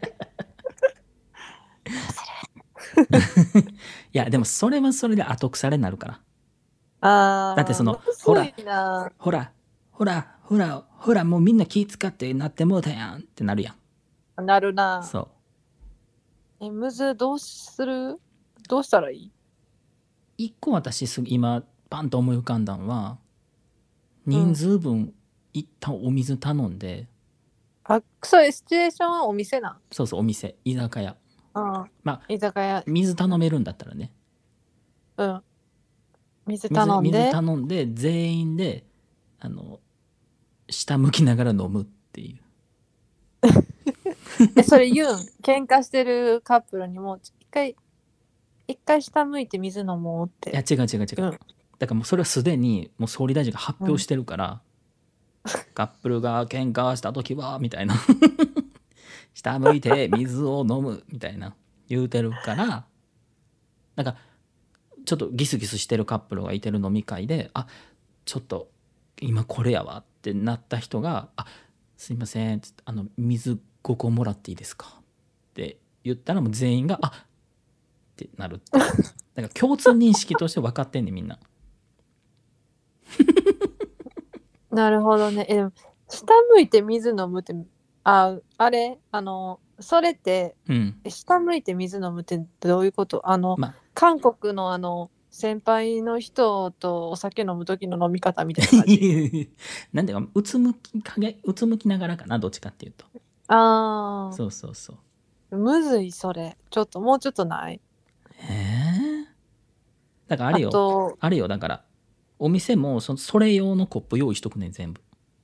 [SPEAKER 1] いやでもそれはそれで後腐れになるから。
[SPEAKER 2] あー
[SPEAKER 1] だってその
[SPEAKER 2] むず
[SPEAKER 1] ほら
[SPEAKER 2] いな。
[SPEAKER 1] ほらほらほらほらもうみんな気使ってなってもうたやんってなるやん。
[SPEAKER 2] なるな。
[SPEAKER 1] そう
[SPEAKER 2] えむずどうするどうしたらいい？
[SPEAKER 1] 一個私すぐ今パンと思い浮かんだんは人数分一旦お水頼んで、
[SPEAKER 2] あそういうシチュエーションはお店なん？
[SPEAKER 1] そうそうお店居酒屋
[SPEAKER 2] うん
[SPEAKER 1] まあ
[SPEAKER 2] 居酒屋
[SPEAKER 1] 水頼めるんだったらね
[SPEAKER 2] うん水
[SPEAKER 1] 水
[SPEAKER 2] 頼んで
[SPEAKER 1] 水頼んで全員であの下向きながら飲むっていう。
[SPEAKER 2] えそれ言うん喧嘩してるカップルにも一回一回下向いて水飲もうっ
[SPEAKER 1] いや
[SPEAKER 2] て。
[SPEAKER 1] 違う違う違う、
[SPEAKER 2] うん
[SPEAKER 1] だからもうそれはすでにもう総理大臣が発表してるから、カップルが喧嘩した時はみたいな下向いて水を飲むみたいな言うてるからなんかちょっとギスギスしてるカップルがいてる飲み会であちょっと今これやわってなった人が「あすいません」つってあの水ごこもらっていいですかって言ったらもう全員が「あっ」ってなるっていうだから共通認識として分かってんねんみんな。
[SPEAKER 2] なるほどね。えでも下向いて水飲むってああれあのそれって
[SPEAKER 1] うん
[SPEAKER 2] え下向いて水飲むってどういうこと？あの、
[SPEAKER 1] まあ
[SPEAKER 2] 韓国のあの先輩の人とお酒飲む時の飲み方みたいな感じ。
[SPEAKER 1] なんでかうつむきかげうつむきながらかなどっちかっていうと
[SPEAKER 2] あ
[SPEAKER 1] そうそうそう
[SPEAKER 2] あむずいそれ。ちょっともうちょっとない？
[SPEAKER 1] へえだからあれ
[SPEAKER 2] あ
[SPEAKER 1] よ
[SPEAKER 2] と
[SPEAKER 1] あれよだからお店もそそれ用のコップ用意しとくねん全部。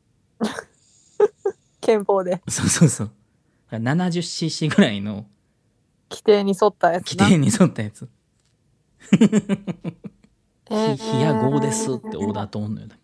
[SPEAKER 2] 憲法で
[SPEAKER 1] そうそうそう ななじゅっシーシー ぐらいの
[SPEAKER 2] 規定に沿ったやつな。
[SPEAKER 1] 規定に沿ったやつ
[SPEAKER 2] えー
[SPEAKER 1] ひ冷やごですってオーダーとんのよだ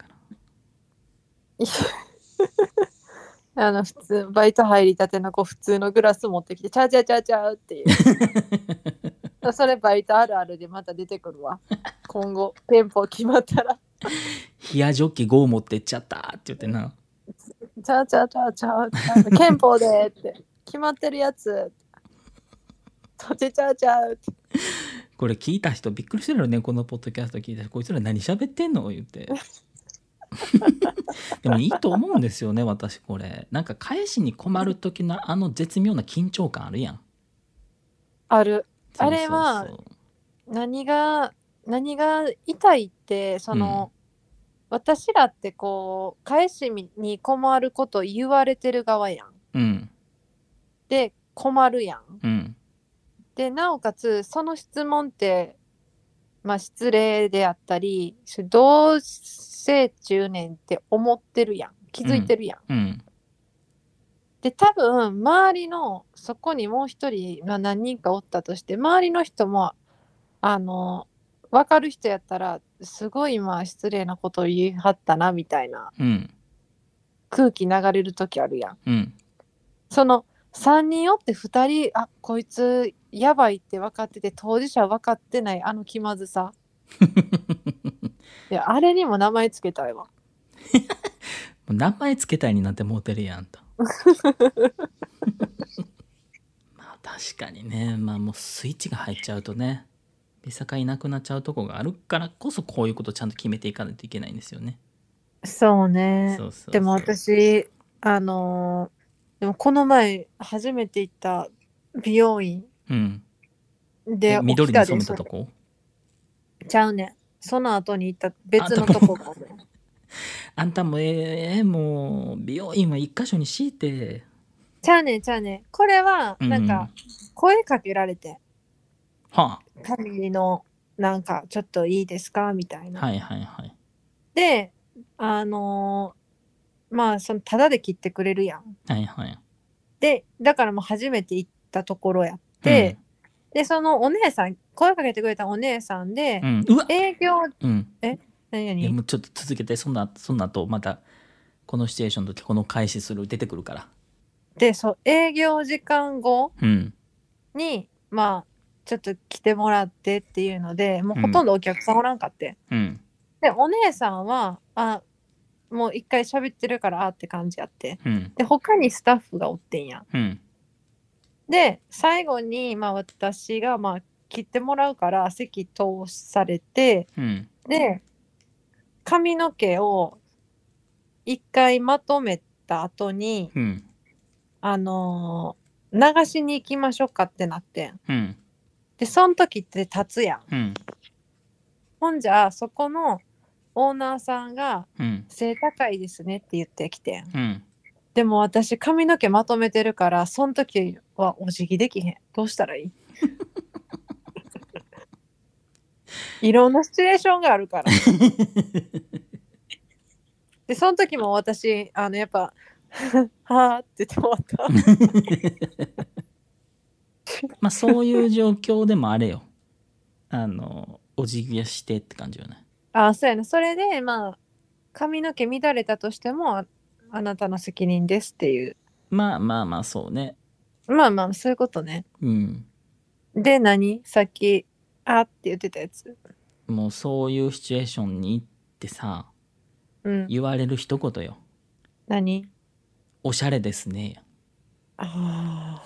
[SPEAKER 1] から
[SPEAKER 2] あの普通バイト入りたての子普通のグラス持ってきてちゃうちゃうちゃうちゃうっていうそれバイトあるあるでまた出てくるわ今後店舗決まったら
[SPEAKER 1] 冷やジョッキご持ってっちゃったって言ってな
[SPEAKER 2] ちゃうちゃうちゃうちゃうちゃう憲法でって決まってるやつとちちゃうちゃうって
[SPEAKER 1] これ聞いた人びっくりしてるよねこのポッドキャスト聞いた人こいつら何喋ってんの言ってでもいいと思うんですよね私これなんか返しに困る時のあの絶妙な緊張感あるやん。
[SPEAKER 2] ある。
[SPEAKER 1] そうそうそう
[SPEAKER 2] あれは何が何が痛いってその、うん、私らってこう返しに困ること言われてる側やん。
[SPEAKER 1] うん、で
[SPEAKER 2] 困るやん。
[SPEAKER 1] うん、
[SPEAKER 2] でなおかつその質問ってまあ失礼であったりどうせ中年って思ってるやん気づいてるやん。
[SPEAKER 1] うんうん、
[SPEAKER 2] で多分周りのそこにもう一人、まあ、何人かおったとして周りの人もあの分かる人やったらすごいまあ失礼なことを言いはったなみたいな空気流れる時あるやん、
[SPEAKER 1] うん、そ
[SPEAKER 2] のさんにんおってふたりあこいつやばいって分かってて当事者分かってないあの気まずさいやあれにも名前つけたいわ
[SPEAKER 1] 名前つけたいになってモテるやんとまあ確かにねまあもうスイッチが入っちゃうとね見境いなくなっちゃうとこがあるからこそこういうことちゃんと決めていかないといけないんですよね。
[SPEAKER 2] そうね。
[SPEAKER 1] そうそうそう
[SPEAKER 2] でも私あのでもこの前初めて行った美容院
[SPEAKER 1] うん
[SPEAKER 2] で起き
[SPEAKER 1] え緑に
[SPEAKER 2] たで、それ。
[SPEAKER 1] 染めたとこ
[SPEAKER 2] ちゃうねん。その後に行った
[SPEAKER 1] あ
[SPEAKER 2] 別の
[SPEAKER 1] んたも
[SPEAKER 2] とこがある。
[SPEAKER 1] あんたもええもう美容院は一箇所に敷いて。
[SPEAKER 2] ちゃうねんちゃうねん。これは
[SPEAKER 1] うん
[SPEAKER 2] なんか声かけられて、
[SPEAKER 1] は
[SPEAKER 2] 髪のなんかちょっといいですかみたいな。
[SPEAKER 1] あはいはいはい
[SPEAKER 2] で、あのーまあそのタダで切ってくれるやん。
[SPEAKER 1] はいはい
[SPEAKER 2] で、だからもう初めて行ったところやっ
[SPEAKER 1] うん
[SPEAKER 2] て、で、そのお姉さん、声かけてくれたお姉さんで、
[SPEAKER 1] うんうわ
[SPEAKER 2] 営業、
[SPEAKER 1] うん
[SPEAKER 2] え何々
[SPEAKER 1] いやもうちょっと続けてそんなそんなとまたこのシチュエーションの時この開始する出てくるから
[SPEAKER 2] で、そう、営業時間後
[SPEAKER 1] うん
[SPEAKER 2] に、まあ、ちょっと来てもらってっていうので、もう
[SPEAKER 1] うん
[SPEAKER 2] ほとんどお客さんおらんかって。
[SPEAKER 1] うん
[SPEAKER 2] で、お姉さんは、あ、もう一回喋ってるからあって感じやって。
[SPEAKER 1] うん
[SPEAKER 2] で、他にスタッフがおってんやん。
[SPEAKER 1] うん
[SPEAKER 2] で、最後に、まあ私が、まあ、切ってもらうから席通されて、
[SPEAKER 1] うん
[SPEAKER 2] で、髪の毛を一回まとめた後に、
[SPEAKER 1] うん
[SPEAKER 2] あのー流しに行きましょうかってなってん。
[SPEAKER 1] うん
[SPEAKER 2] で、その時って立つやん。
[SPEAKER 1] うん
[SPEAKER 2] ほんじゃ、そこのオーナーさんが
[SPEAKER 1] うん
[SPEAKER 2] 背高いですねって言ってきてん。
[SPEAKER 1] うん
[SPEAKER 2] でも私髪の毛まとめてるから、その時はお辞儀できへん。どうしたらいいいろんなシチュエーションがあるから。で、その時も私、あの、やっぱ、はーって言って終わった。
[SPEAKER 1] まあそういう状況でもあれよあのお辞儀してって感じよね
[SPEAKER 2] あ、そうやね。それで、まあ、髪の毛乱れたとしても、あ、あなたの責任ですっていう。
[SPEAKER 1] まあまあまあそうね
[SPEAKER 2] まあまあ、そういうことね。
[SPEAKER 1] うん
[SPEAKER 2] で、何さっき、あって言ってたやつ。
[SPEAKER 1] もうそういうシチュエーションに行ってさ
[SPEAKER 2] うん。
[SPEAKER 1] 言われる一言よ
[SPEAKER 2] 何
[SPEAKER 1] おしゃれですね
[SPEAKER 2] あ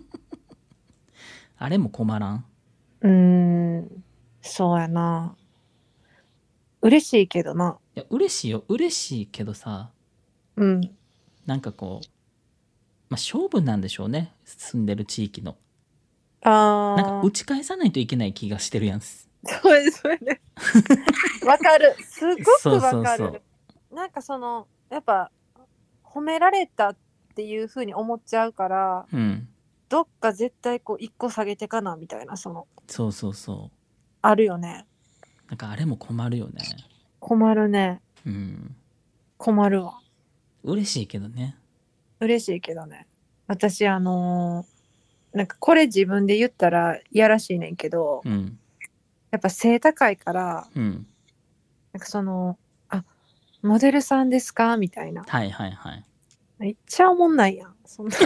[SPEAKER 1] あれも困らん
[SPEAKER 2] あ。うーん。そうやな。嬉しいけどな。
[SPEAKER 1] いや嬉しいよ嬉しいけどさ
[SPEAKER 2] うん。
[SPEAKER 1] なんかこうまあ勝負なんでしょうね住んでる地域のなんか
[SPEAKER 2] ああ。
[SPEAKER 1] 打ち返さないといけない気がしてるやんす
[SPEAKER 2] そうやね、そうやね。わかる。すごく
[SPEAKER 1] そう
[SPEAKER 2] わ
[SPEAKER 1] そうそう
[SPEAKER 2] かる。なんかその、やっぱ、褒められたっていう風に思っちゃうから、
[SPEAKER 1] うん
[SPEAKER 2] どっか絶対こう一個下げてかなみたいな、その、
[SPEAKER 1] そうそうそ
[SPEAKER 2] あるよね。
[SPEAKER 1] うなんかあれも困るよね
[SPEAKER 2] 困るね。
[SPEAKER 1] うん
[SPEAKER 2] 困るわ。
[SPEAKER 1] 嬉しいけどね
[SPEAKER 2] 嬉しいけどね。私、あのーなんかこれ自分で言ったらいやらしいねんけど、
[SPEAKER 1] うん
[SPEAKER 2] やっぱ背高いから、
[SPEAKER 1] うん
[SPEAKER 2] なんかその、あ、モデルさんですかみたいな。
[SPEAKER 1] はいはいはい
[SPEAKER 2] めっちゃおもんないやん。そんな。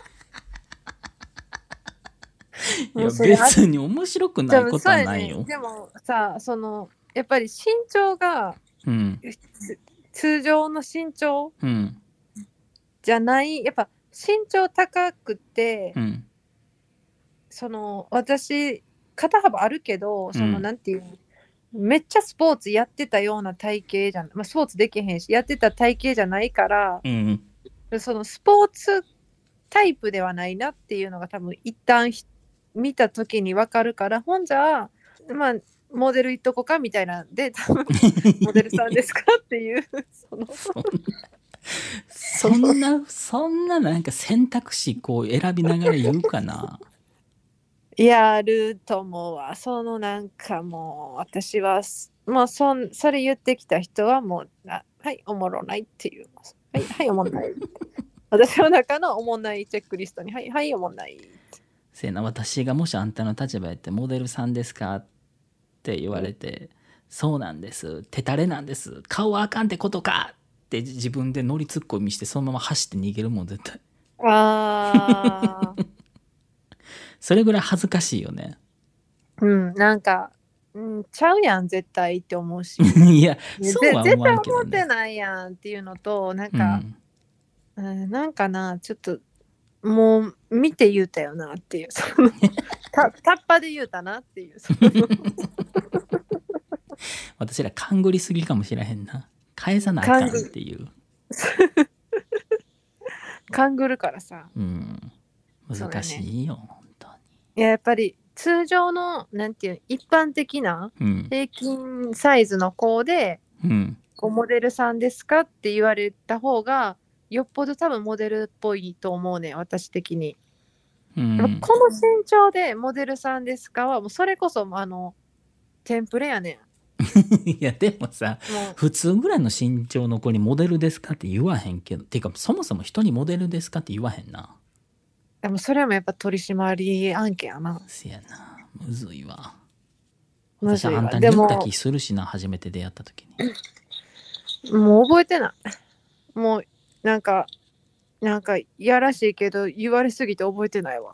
[SPEAKER 1] いや
[SPEAKER 2] もうそれあ
[SPEAKER 1] 別に面白くな
[SPEAKER 2] でも
[SPEAKER 1] いこと
[SPEAKER 2] そうやね。
[SPEAKER 1] はないよ
[SPEAKER 2] でもさ、その、やっぱり身長が
[SPEAKER 1] うん
[SPEAKER 2] つ通常の身長
[SPEAKER 1] うん
[SPEAKER 2] じゃない、やっぱ身長高くて、
[SPEAKER 1] うん
[SPEAKER 2] その私肩幅あるけど、その
[SPEAKER 1] うん
[SPEAKER 2] なんていうの、めっちゃスポーツやってたような体型じゃん、まあ、スポーツできへんしやってた体型じゃないから、
[SPEAKER 1] うん
[SPEAKER 2] そのスポーツタイプではないなっていうのが多分一旦ひ見た時に分かるから、ほんじゃまあモデルいっとこかみたいなんで、多分モデルさんですかっていうその
[SPEAKER 1] そんなそんななんか選択肢こう選びながら言うかな
[SPEAKER 2] やると思うわ。そのなんかもう私はすもうそんそれ言ってきた人はもうあはいおもろないっていう、はいはいおもんない私の中のおもんないチェックリストにはいはいおもんない。
[SPEAKER 1] せやな私がもしあんたの立場やってモデルさんですかって言われて、そうなんです手垂れなんです顔はあかんってことかって自分で乗りツッコミしてそのまま走って逃げるもん絶対
[SPEAKER 2] あー
[SPEAKER 1] それぐらい恥ずかしいよね
[SPEAKER 2] うんなんか、うん、ちゃうやん絶対って思うし
[SPEAKER 1] いや
[SPEAKER 2] ぜ
[SPEAKER 1] そうは
[SPEAKER 2] 絶対
[SPEAKER 1] 思わんけど
[SPEAKER 2] 思って
[SPEAKER 1] ね
[SPEAKER 2] ないやんっていうのとなんか、
[SPEAKER 1] うん
[SPEAKER 2] うん、なんかなちょっともう見て言うたよなっていうそのたタッパで言うたなっていうその
[SPEAKER 1] 私ら勘ぐりすぎかもしれへんな返さなあかんっていう
[SPEAKER 2] 勘ぐるからさ。
[SPEAKER 1] うん難しいよ、ね、本当に。
[SPEAKER 2] いややっぱり通常のなんていう一般的な平均サイズの子で、うん、こうモデルさんですかって言われた方がよっぽど多分モデルっぽいと思うね私的に。うん、この身長でモデルさんですかはもうそれこそあのテンプレやね
[SPEAKER 1] ん。いやでもさも普通ぐらいの身長の子にモデルですかって言わへんけどていうかそもそも人にモデルですかって言わへんな。
[SPEAKER 2] でもそれもやっぱ取締り案件やな。
[SPEAKER 1] せやなむずいわ。私あんたに言った気するしな初めて出会った時
[SPEAKER 2] に。もう覚えてない。もうなんかなんかやらしいけど言われすぎて覚えてないわ。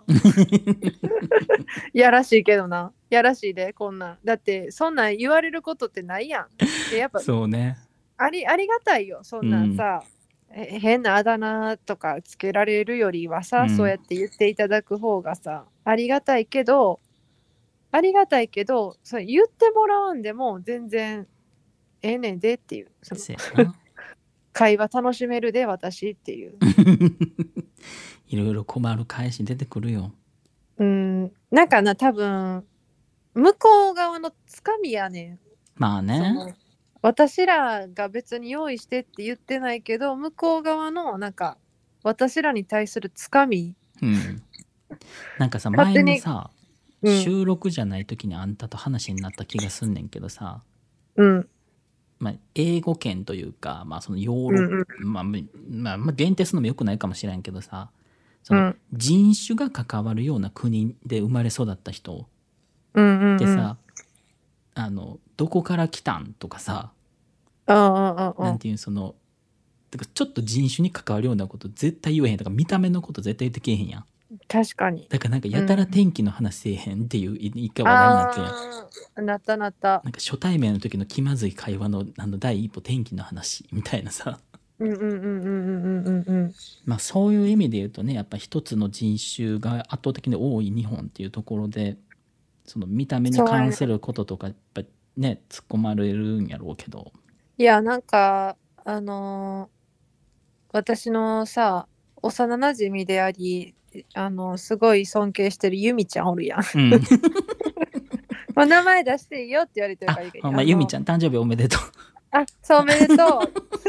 [SPEAKER 2] やらしいけどな。やらしいでこんなん。だってそんなん言われることってないやん。でやっぱ
[SPEAKER 1] そうね。
[SPEAKER 2] ありありがたいよそんなんさ、うん、え変なあだ名とかつけられるよりはさ、うん、そうやって言っていただく方がさありがたいけどありがたいけどそれ言ってもらわんでも全然ええねんでっていうその会話楽しめるで私っていう
[SPEAKER 1] いろいろ困る返し出てくるよ。
[SPEAKER 2] うんなんかな多分向こう側のつかみやねん。
[SPEAKER 1] まあね
[SPEAKER 2] 私らが別に用意してって言ってないけど向こう側のなんか私らに対するつかみ、
[SPEAKER 1] うん、なんかさ前もさ、うん、収録じゃない時にあんたと話になった気がすんねんけどさ、うんまあ、英語圏というか、まあ、そのヨーロッパ、うんうんまあまあ、まあ限定するのもよくないかもしれんけどさその人種が関わるような国で生まれ育った人ってさ、うん、あのどこから来たんとかさなんていうそのちょっと人種に関わるようなこと絶対言えへんとか見た目のこと絶対言ってけえへんやん。
[SPEAKER 2] 確かに
[SPEAKER 1] だからなんかやたら天気の話せえへんっていう一回話題になってやん、
[SPEAKER 2] うん、なったなった。
[SPEAKER 1] なんか初対面の時の気まずい会話のあの第一歩天気の話みたいなさ
[SPEAKER 2] うんうんうんうんうんうんうん
[SPEAKER 1] まあそういう意味で言うとねやっぱ一つの人種が圧倒的に多い日本っていうところでその見た目に関することとかやっぱね突っ込まれるんやろうけど
[SPEAKER 2] いやなんかあのー私のさ幼なじみでありあのすごい尊敬してるゆみちゃんおるやん、うん、お名前出していいよって言われてるからいいけど
[SPEAKER 1] あ、まあ、ゆみちゃん誕生日おめでとう
[SPEAKER 2] あそうおめでとう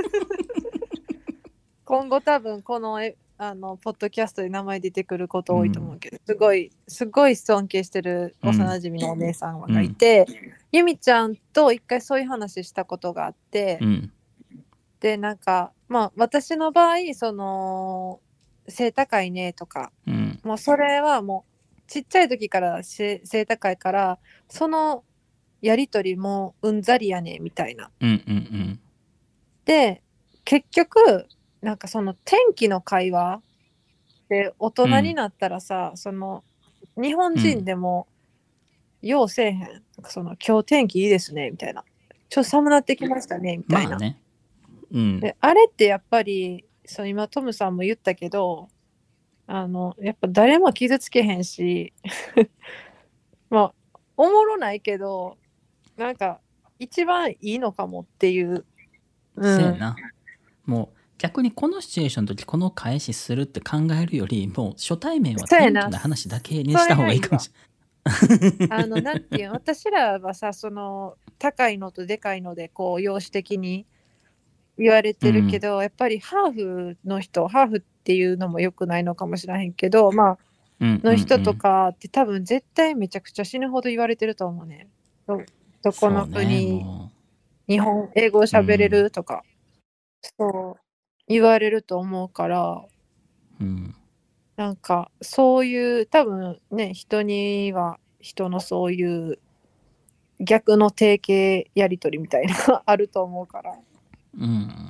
[SPEAKER 2] 今後多分このあのポッドキャストで名前出てくること多いと思うけど、うん、すごいすごい尊敬してる幼なじみのお姉さんがいて、うん、ゆみちゃんと一回そういう話したことがあって、うん、でなんかまあ私の場合その背高いねとか、うん、もうそれはもうちっちゃい時から背高いからそのやりとりもうんざりやねみたいな、うんうんうん、で結局なんかその天気の会話で大人になったらさ、うん、その日本人でもようせえへん、なんかその今日天気いいですねみたいなちょっと寒なってきましたねみたいな、まあねうん、であれってやっぱりそう今トムさんも言ったけどあのやっぱ誰も傷つけへんしまあおもろないけどなんか一番いいのかもっていう、
[SPEAKER 1] うん、そうやなもう逆にこのシチュエーションの時この返しするって考えるよりもう初対面は天気の話だけにした方がいいかもしれない。
[SPEAKER 2] あのなんていう私らはさその高いのとでかいのでこう容姿的に言われてるけど、うん、やっぱりハーフの人ハーフっていうのも良くないのかもしれへんけどまあ、うんうんうん、の人とかって多分絶対めちゃくちゃ死ぬほど言われてると思うね。ど、どこの国、ね、日本英語喋れるとか、うん、そう言われると思うから、うん、なんかそういう多分ね人には人のそういう逆の定型やり取りみたいなのがあると思うから。
[SPEAKER 1] うん、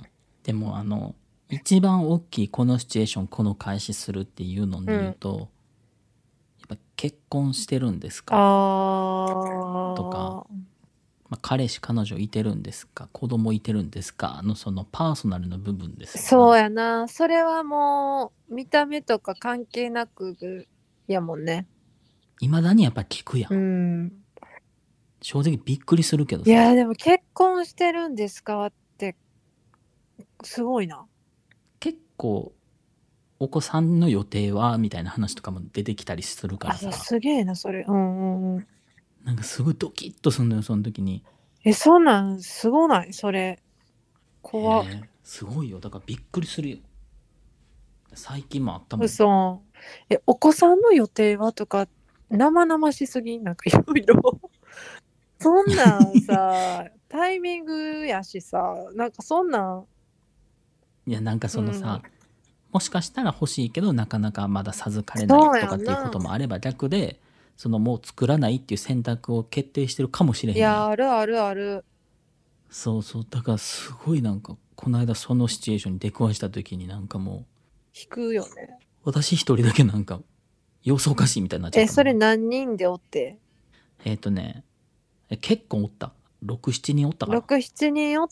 [SPEAKER 1] でもあの一番大きいこのシチュエーションこの開始するっていうので言うと、うん、やっぱ結婚してるんですかとか、まあ、彼氏彼女いてるんですか子供いてるんですかのそのパーソナルの部分ですよね。
[SPEAKER 2] そうやなそれはもう見た目とか関係なくやもんね。
[SPEAKER 1] いまだにやっぱ聞くやん、うん、正直びっくりするけどさ。
[SPEAKER 2] いやでも結婚してるんですかってすごいな。
[SPEAKER 1] 結構お子さんの予定はみたいな話とかも出てきたりするか
[SPEAKER 2] あ、
[SPEAKER 1] らさ、
[SPEAKER 2] すげえな、それ。うんうんうん。
[SPEAKER 1] なんかすごいドキッとするのよその時に。
[SPEAKER 2] え、そんなんすごないそれ。怖っ。
[SPEAKER 1] へえ、すごいよ。だからびっくりするよ。最近もあったもん。
[SPEAKER 2] 嘘。え、お子さんの予定はとか、生々しすぎんなんかいろいろ。そんなんさ、タイミングやしさ、なんかそんなん、
[SPEAKER 1] いやなんかそのさ、
[SPEAKER 2] うん、
[SPEAKER 1] もしかしたら欲しいけどなかなかまだ授かれない
[SPEAKER 2] そう
[SPEAKER 1] とかっていうこ
[SPEAKER 2] やんな。
[SPEAKER 1] ともあれば、逆でそのもう作らないっていう選択を決定してるかもしれへんやん。
[SPEAKER 2] いや、あるあるある。
[SPEAKER 1] そうそう、だからすごいなんかこの間そのシチュエーションに出くわした時になんかも
[SPEAKER 2] 引くよね。
[SPEAKER 1] う私一人だけなんか様子おかしいみたいになっちゃっ
[SPEAKER 2] え、
[SPEAKER 1] たもん。
[SPEAKER 2] それ何人でおって？
[SPEAKER 1] えっ、とねえ結構おった。ろく、しちにんおったかな。
[SPEAKER 2] ろく、しちにんおって、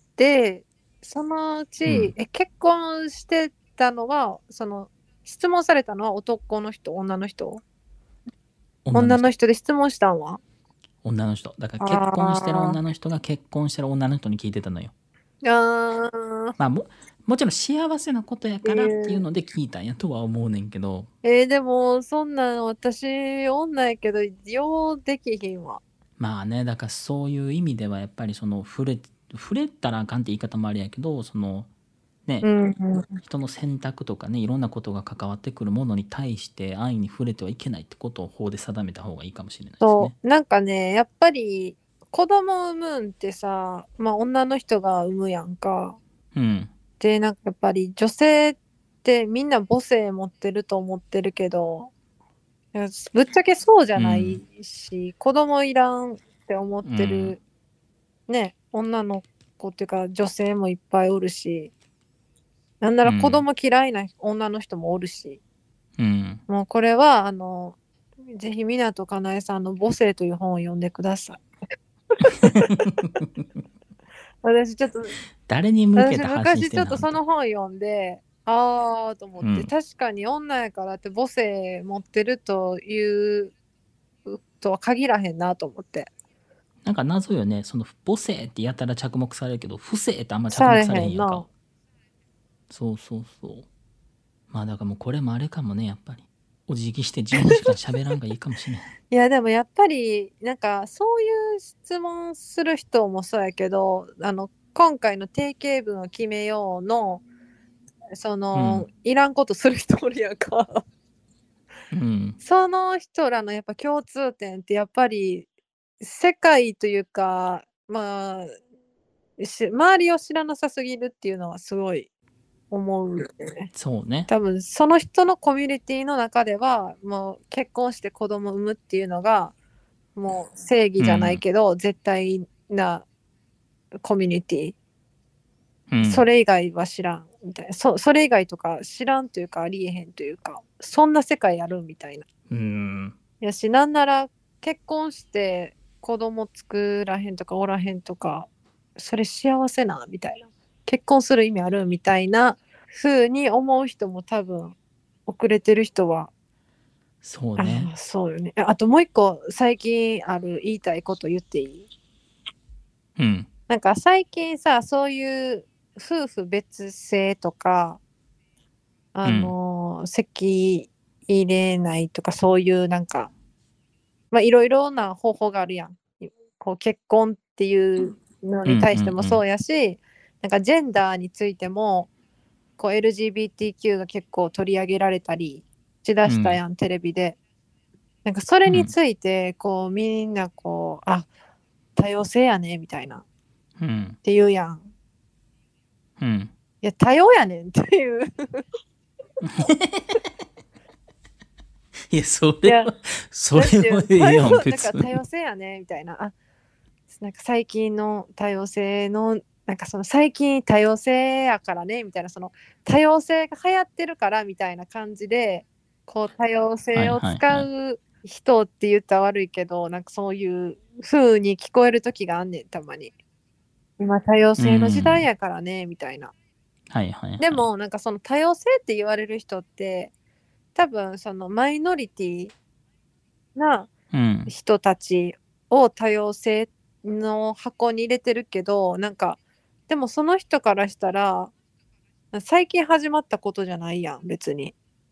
[SPEAKER 2] そのうち、
[SPEAKER 1] うん。
[SPEAKER 2] え、結婚してたのは、その、質問されたのは男の人、女の人？
[SPEAKER 1] 女の人。
[SPEAKER 2] 女の人で質問したんは？
[SPEAKER 1] 女の人だから、結婚してる
[SPEAKER 2] あ
[SPEAKER 1] 女の人が結婚してる女の人に聞いてたのよ。
[SPEAKER 2] ーあー、
[SPEAKER 1] まあももちろん幸せなことや
[SPEAKER 2] え
[SPEAKER 1] からっていう
[SPEAKER 2] ー
[SPEAKER 1] ので聞いたんやとは思うねんけど、
[SPEAKER 2] えーでも、そんなん私、女やけど、ようできひんわ。
[SPEAKER 1] まあね、だからそういう意味ではやっぱりその触れ触れたらあかんって言い方もあれやけど、そのね、
[SPEAKER 2] うんうん。
[SPEAKER 1] 人の選択とかね、いろんなことが関わってくるものに対して安易に触れてはいけないってことを法で定めた方がいいかもしれないですね。
[SPEAKER 2] そう、なんかね、やっぱり、子供産むんってさ、まあ女の人が産むやんか。
[SPEAKER 1] うん。
[SPEAKER 2] で、なんかやっぱり女性ってみんな母性持ってると思ってるけど、いやぶっちゃけそうじゃない
[SPEAKER 1] うん。
[SPEAKER 2] し、子供いらんって思っ
[SPEAKER 1] うん。
[SPEAKER 2] てるね、女の子っていうか女性もいっぱいおるし、なんなら子
[SPEAKER 1] うん。
[SPEAKER 2] 供嫌いな女の人もおるし、
[SPEAKER 1] うん。
[SPEAKER 2] もうこれは、あの、ぜひ湊かなえさんの母性という本を読んでください。私ちょっと、
[SPEAKER 1] 誰に向け
[SPEAKER 2] 私
[SPEAKER 1] て発信し
[SPEAKER 2] 昔ちょっ
[SPEAKER 1] てんのあんた。
[SPEAKER 2] とその本読んで、あーと思って、
[SPEAKER 1] うん。
[SPEAKER 2] 確かに女やからって母性持ってるというとは限らへんなと思って。
[SPEAKER 1] なんか謎よね。その母性ってやたら着目されるけど、不正ってあんま着
[SPEAKER 2] され
[SPEAKER 1] 目されへんやんか。
[SPEAKER 2] へんな。
[SPEAKER 1] そうそうそう。まあだからもうこれもあれかもね、やっぱり。お辞儀してじゅうにじかん喋らんがいいかもしれん。
[SPEAKER 2] いやでもやっぱりなんかそういう質問する人もそうやけど、あの今回の定型文を決めようのその
[SPEAKER 1] うん。
[SPEAKER 2] いらんことする人おるやんか。
[SPEAKER 1] うん。
[SPEAKER 2] その人らのやっぱ共通点ってやっぱり世界というか、まあし周りを知らなさすぎるっていうのはすごい思うよね。
[SPEAKER 1] そうね。
[SPEAKER 2] 多分その人のコミュニティの中ではもう結婚して子供産むっていうのがもう正義じゃない
[SPEAKER 1] うん。
[SPEAKER 2] けど絶対なコミュニティ、そ
[SPEAKER 1] うん。
[SPEAKER 2] れ以外は知らんみたいな、そそれ以外とか知らんというかありえへんというか、そんな世界あるみたいな。
[SPEAKER 1] うん。
[SPEAKER 2] やし、なんなら結婚して子供作らへんとかおらへんとか、それ幸せなみたいな。結婚する意味あるみたいな風に思う人も多分、遅れてる人は、あ
[SPEAKER 1] そうね。
[SPEAKER 2] あ、そうよね。ああともう一個最近ある言いたいこと言っていい？
[SPEAKER 1] うん。
[SPEAKER 2] なんか最近さ、そういう夫婦別姓とか、あ
[SPEAKER 1] うん。
[SPEAKER 2] のー籍入れないとか、そういうなんか、まあいろいろな方法があるやん。こう結婚っていうの
[SPEAKER 1] うん。う
[SPEAKER 2] に対してもそ
[SPEAKER 1] ん。
[SPEAKER 2] うやし、なんかジェンダーについても、こう エルジービーティーキュー が結構取り上げられたりしだ
[SPEAKER 1] うん。
[SPEAKER 2] したやん、テレビで。なんかそれ
[SPEAKER 1] うん。
[SPEAKER 2] について、こうみんなこう、あ、多様性やね、みたいな。っ
[SPEAKER 1] うん。
[SPEAKER 2] て言うやん。
[SPEAKER 1] うん。
[SPEAKER 2] いや、多様やねんっていう。
[SPEAKER 1] いや、そ
[SPEAKER 2] いや、
[SPEAKER 1] れは、それ
[SPEAKER 2] なんていうの、多様、
[SPEAKER 1] はええやん、
[SPEAKER 2] なんか多様
[SPEAKER 1] 別に。
[SPEAKER 2] 性やね、みたいな。あ、なんか最近の多様性の、なんかその最近多様性やからね、みたいな、その多様性が流行ってるからみたいな感じで、こう多様
[SPEAKER 1] はい
[SPEAKER 2] 性を
[SPEAKER 1] はいはい。
[SPEAKER 2] 使う人って言ったら悪いけど、なんかそういう風に聞こえる時があんねん、たまに。今多様
[SPEAKER 1] う
[SPEAKER 2] 性の時代
[SPEAKER 1] ん。
[SPEAKER 2] やからね、みたいな。
[SPEAKER 1] はいはいはい。
[SPEAKER 2] でも、なんかその多様性って言われる人って、多分そのマイノリティな
[SPEAKER 1] うん。
[SPEAKER 2] 人たちを多様性の箱に入れてるけど、なんかでもその人からしたら最近始まったことじゃないやん別に。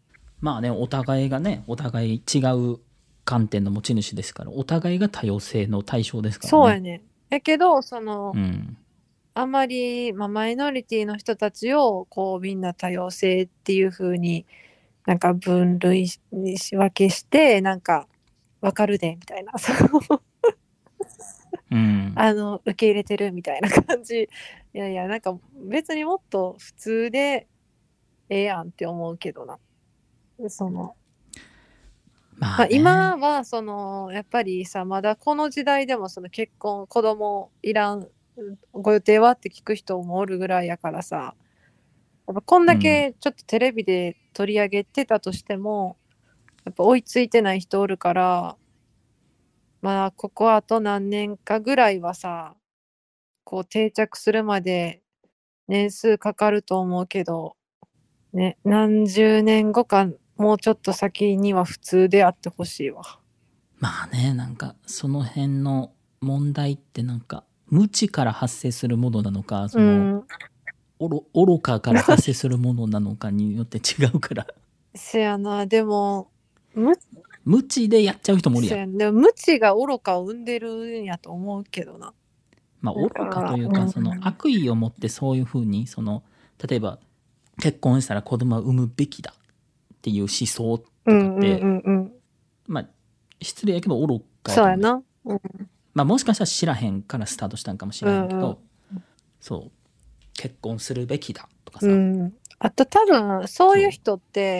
[SPEAKER 1] まあね、お互いがね、お互い違う観点の持ち主ですから、お互いが多様性の対象ですからね。
[SPEAKER 2] そうやね。やけど、その、
[SPEAKER 1] うん。
[SPEAKER 2] あんまり、まあ、マイノリティの人たちを、こう、みんな多様性っていう風になんか分類しに仕分けして、なんか、わかるで、みたいな。その
[SPEAKER 1] うん。
[SPEAKER 2] あの、受け入れてるみたいな感じ。いやいや、なんか別にもっと普通でええやんって思うけどな。その、まあ、
[SPEAKER 1] まあね。
[SPEAKER 2] 今はそのやっぱりさまだこの時代でもその結婚子供いらんご予定はって聞く人もおるぐらいやからさやっぱこんだ
[SPEAKER 1] うん。
[SPEAKER 2] けちょっとテレビで取り上げてたとしてもやっぱ追いついてない人おるからまあここあと何年かぐらいはさこう定着するまで年数かかると思うけどね何十年後かもうちょっと先には普通であってほしいわ。
[SPEAKER 1] まあね、なんかその辺の問題ってなんか無知から発生するものなのか、その
[SPEAKER 2] うん。
[SPEAKER 1] 愚愚かから発生するものなのかによって違うから。
[SPEAKER 2] せやな、でも、無
[SPEAKER 1] 無知でやっちゃう人もおるやん。
[SPEAKER 2] せやんでも無知が愚かを生んでるんやと思うけどな。
[SPEAKER 1] まあ
[SPEAKER 2] だ
[SPEAKER 1] 愚かと
[SPEAKER 2] から、
[SPEAKER 1] いうか、
[SPEAKER 2] うん。
[SPEAKER 1] その悪意を持ってそういうふうに、その例えば結婚したら子供は産むべきだっていう思想とかっ
[SPEAKER 2] うんうんう
[SPEAKER 1] て、
[SPEAKER 2] んうん。
[SPEAKER 1] まあ失礼やけど愚かやと思うね。
[SPEAKER 2] そうやな。うん
[SPEAKER 1] まあもしかしたら知らへんからスタートしたんかもし
[SPEAKER 2] うんうん。
[SPEAKER 1] れへんけど、そう結婚するべきだとか
[SPEAKER 2] う
[SPEAKER 1] さ。
[SPEAKER 2] ん。あと多分、そういう
[SPEAKER 1] そう
[SPEAKER 2] 人って、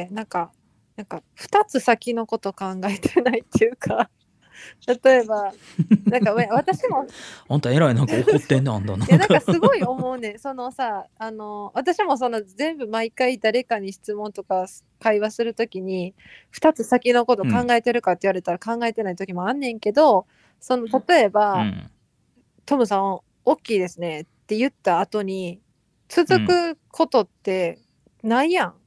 [SPEAKER 2] なんか、なんか、二つ先のこと考えてないっていうか、例えば、なんか、わ私も
[SPEAKER 1] あんた偉い、なんか怒ってんね、あんたなん
[SPEAKER 2] いやなん
[SPEAKER 1] か。
[SPEAKER 2] かすごい思うねそのさあの私もその全部毎回誰かに質問とか会話するときにふたつ先のこと
[SPEAKER 1] うん。
[SPEAKER 2] 考えてるかって言われたら考えてない時もあんねんけどその例えば
[SPEAKER 1] うん。
[SPEAKER 2] 「トムさん大きいですね」って言った後に続
[SPEAKER 1] うん。
[SPEAKER 2] くことってないやん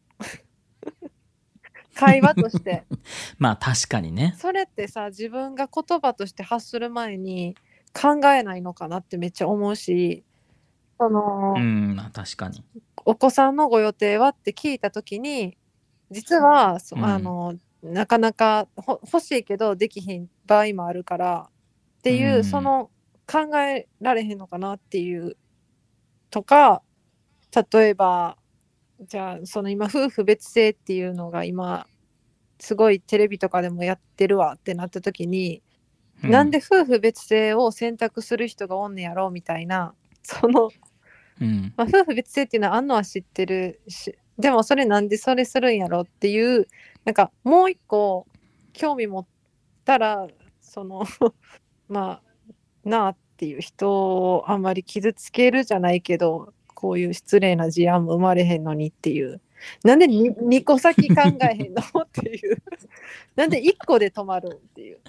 [SPEAKER 2] 会話として
[SPEAKER 1] まあ確かにね。
[SPEAKER 2] それってさ自分が言葉として発する前に考えないのかなってめっちゃ思うしその
[SPEAKER 1] うん、まあ確かに。
[SPEAKER 2] お子さんのご予定はって聞いた時に実はそ
[SPEAKER 1] うん。
[SPEAKER 2] あのなかなかほ欲しいけどできひん場合もあるからって
[SPEAKER 1] う
[SPEAKER 2] いうそ
[SPEAKER 1] ん。
[SPEAKER 2] の考えられへんのかなっていうとか例えばじゃあその今夫婦別姓っていうのが今すごいテレビとかでもやってるわってなった時に
[SPEAKER 1] うん。
[SPEAKER 2] なんで夫婦別姓を選択する人がおんねやろみたいなその
[SPEAKER 1] うん。
[SPEAKER 2] まあ、夫婦別姓っていうのはあんのは知ってるし、でもそれなんでそれするんやろっていう、なんかもう一個興味持ったら、そのまあなあっていう人をあんまり傷つけるじゃないけど、こういう失礼な事案も生まれへんのにっていう。なんで に, にこ先考えへんのっていう。なんでいっこで止まるんっていう。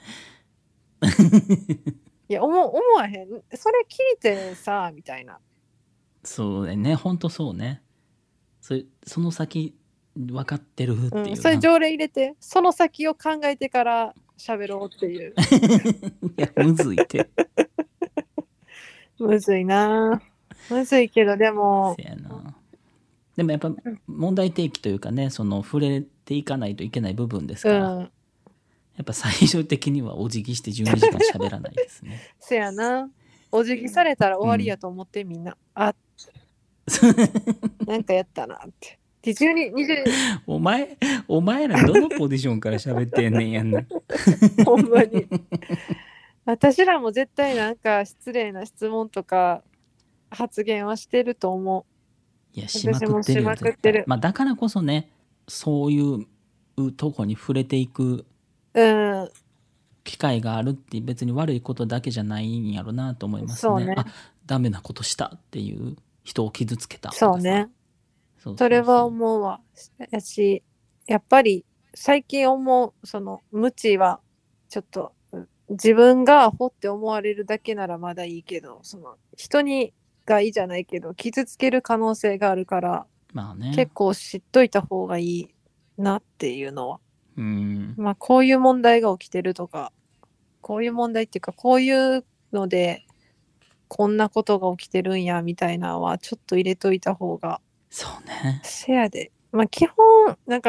[SPEAKER 2] いや、思思わへん。それ聞いてさ、みたいな。
[SPEAKER 1] そうだね。ほんとそうね。それその先分かってるっ
[SPEAKER 2] うん、
[SPEAKER 1] ていうな。
[SPEAKER 2] それ条例入れて、その先を考えてから喋ろうっていう。
[SPEAKER 1] いや、むずいって。
[SPEAKER 2] むずいな。むずいけど、でも、
[SPEAKER 1] せやな。でもやっぱ問題提起というかね、その触れていかないといけない部分ですから、
[SPEAKER 2] うん、
[SPEAKER 1] やっぱ最終的にはお辞儀してじゅうにじかん喋らないですね。
[SPEAKER 2] せやな。お辞儀されたら終わりや
[SPEAKER 1] うん。
[SPEAKER 2] と思ってみんな。あ、なんかやったなって。で、じゅうに、にじゅう、
[SPEAKER 1] お前、お前らどのポジションから喋ってんねんやんな。
[SPEAKER 2] ほんまに。私らも絶対なんか失礼な質問とか発言はしてると思
[SPEAKER 1] いや、
[SPEAKER 2] う。
[SPEAKER 1] しま
[SPEAKER 2] 私もし
[SPEAKER 1] くってるよ、絶対。
[SPEAKER 2] まくってる。
[SPEAKER 1] まあ、だからこそね、そういうとこに触れていく
[SPEAKER 2] うん、
[SPEAKER 1] 機会があるって別に悪いことだけじゃないんやろなと思いますね。
[SPEAKER 2] そうね。
[SPEAKER 1] あ、ダメなことしたっていう人を傷つけたとかさ。
[SPEAKER 2] そうね。
[SPEAKER 1] そう
[SPEAKER 2] それは
[SPEAKER 1] そうそ
[SPEAKER 2] 思うわ。やし、やっぱり最近思う、その無知はちょっとうん自分がアホって思われるだけならまだいいけど、その人にがいいじゃないけど、傷つける可能性があるから、
[SPEAKER 1] う。まあね。
[SPEAKER 2] 結構知っといた方がいいなっていうのは。
[SPEAKER 1] うん。
[SPEAKER 2] まあこういう問題が起きてるとか、こういう問題っていうか、こういうのでこんなことが起きてるんやみたいなのはちょっと入れといた方が
[SPEAKER 1] そうね。
[SPEAKER 2] せやで。まあ基本、なんか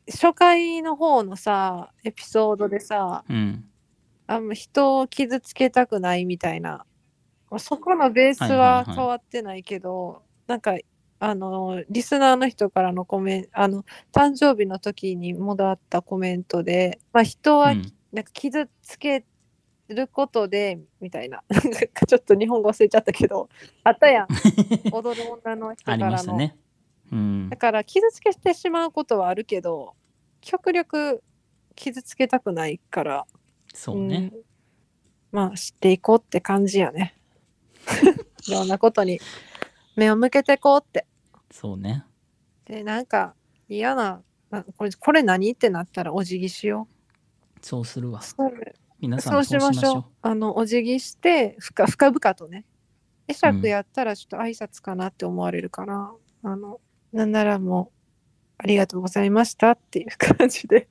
[SPEAKER 2] 初回の方のさエピソードでさ、
[SPEAKER 1] うん
[SPEAKER 2] あんま人を傷つけたくないみたいな、そこのベース
[SPEAKER 1] はいはい
[SPEAKER 2] は変
[SPEAKER 1] はい
[SPEAKER 2] わってないけど、なんかあのリスナーの人からのコメント、あの誕生日の時にもらったコメントで、まあ、人は
[SPEAKER 1] うん
[SPEAKER 2] なんか傷つけることでみたいななんかちょっと日本語忘れちゃったけどあったやん、踊る女の
[SPEAKER 1] あり
[SPEAKER 2] 人からの。
[SPEAKER 1] ましたね。うん
[SPEAKER 2] だから傷つけてしまうことはあるけど、極力傷つけたくないから、
[SPEAKER 1] そうね、
[SPEAKER 2] うん、まあ知っていこうって感じやね。いろんなことに目を向けてこうって。
[SPEAKER 1] そうね。
[SPEAKER 2] で、なんか嫌な、なこれ、これ何ってなったらお辞儀しよ
[SPEAKER 1] そうするわ。
[SPEAKER 2] う。それ
[SPEAKER 1] 皆さんも
[SPEAKER 2] そうしましょう。
[SPEAKER 1] そうしましょう。
[SPEAKER 2] あの、お辞儀して、深深々とね。会釈
[SPEAKER 1] うん
[SPEAKER 2] やったらちょっと挨拶かなって思われるから、あの、なんならもう、ありがとうございましたっていう感じで。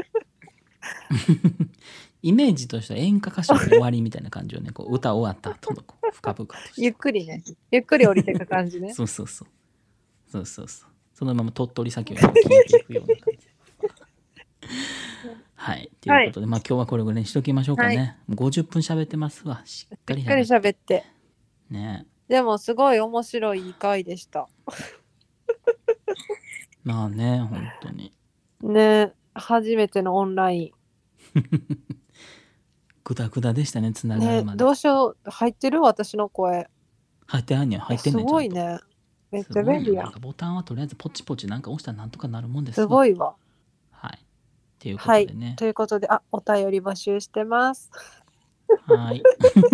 [SPEAKER 1] イメージとしては演歌歌手の終わりみたいな感じよね。こう歌終わった後のこう深々とし
[SPEAKER 2] ゆっくりね。ゆっくり降りていく感じ
[SPEAKER 1] て。
[SPEAKER 2] ね。
[SPEAKER 1] そうそうそう。そうそうそう。そのまま鳥取砂丘にこう消えていくような感じ。はい。ということで、まあ今日はこれぐらいにしときましょうかね。
[SPEAKER 2] はい
[SPEAKER 1] もうごじゅっぷん喋ってますわ。しっかり
[SPEAKER 2] しっかり
[SPEAKER 1] 喋って。
[SPEAKER 2] 喋って。
[SPEAKER 1] ね。
[SPEAKER 2] でもすごい面白い回でした。
[SPEAKER 1] まあね、本当に。
[SPEAKER 2] ね、初めてのオンライ
[SPEAKER 1] グダグダでしたね、つな
[SPEAKER 2] ン。ね、
[SPEAKER 1] がるまで。
[SPEAKER 2] どうしよう。入ってる私の声。
[SPEAKER 1] 入ってはんねん、入ってんねん、
[SPEAKER 2] す
[SPEAKER 1] ちゃんと。
[SPEAKER 2] ごいね。めっちゃ
[SPEAKER 1] すごいよ。
[SPEAKER 2] 便利やん。
[SPEAKER 1] なんかボタンはとりあえずポチポチなんか押したらなんとかなるもんですわ。
[SPEAKER 2] すごいわ。
[SPEAKER 1] はい。っていうこ
[SPEAKER 2] はい。
[SPEAKER 1] とでね。
[SPEAKER 2] ということで、あ、お便り募集してます。
[SPEAKER 1] はい。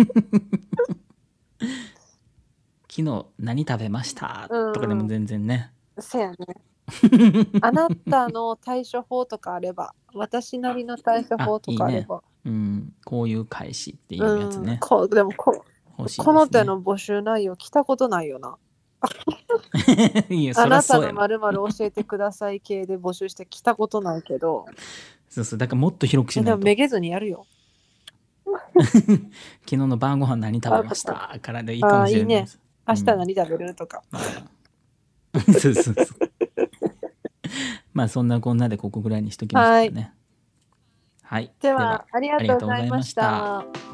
[SPEAKER 1] 昨日何食べました
[SPEAKER 2] うん
[SPEAKER 1] とかでも全然ね。
[SPEAKER 2] せやね。あなたの対処法とかあれば、私なりの対処法
[SPEAKER 1] あ、
[SPEAKER 2] と
[SPEAKER 1] いいね。
[SPEAKER 2] かあれば。
[SPEAKER 1] うん。こういう返しっていうやつ
[SPEAKER 2] うん、
[SPEAKER 1] ね。
[SPEAKER 2] こでもこ
[SPEAKER 1] 欲しいですね。
[SPEAKER 2] この手の募集内容来たことないよな。
[SPEAKER 1] いや、
[SPEAKER 2] あ
[SPEAKER 1] そらそうやろ。
[SPEAKER 2] なたのまるまる教えてください系で募集して来たことないけど、
[SPEAKER 1] そうそう。だからもっと広くしないと。
[SPEAKER 2] えでもめげずにやるよ。
[SPEAKER 1] 昨日の晩ご飯何食べましたからでいいかもしれないです。
[SPEAKER 2] 明日何食べるとか。
[SPEAKER 1] まあそうそうそう。まあそんなこんなでここぐらいにしときましょうかね。はい。
[SPEAKER 2] では、ありがとうございました。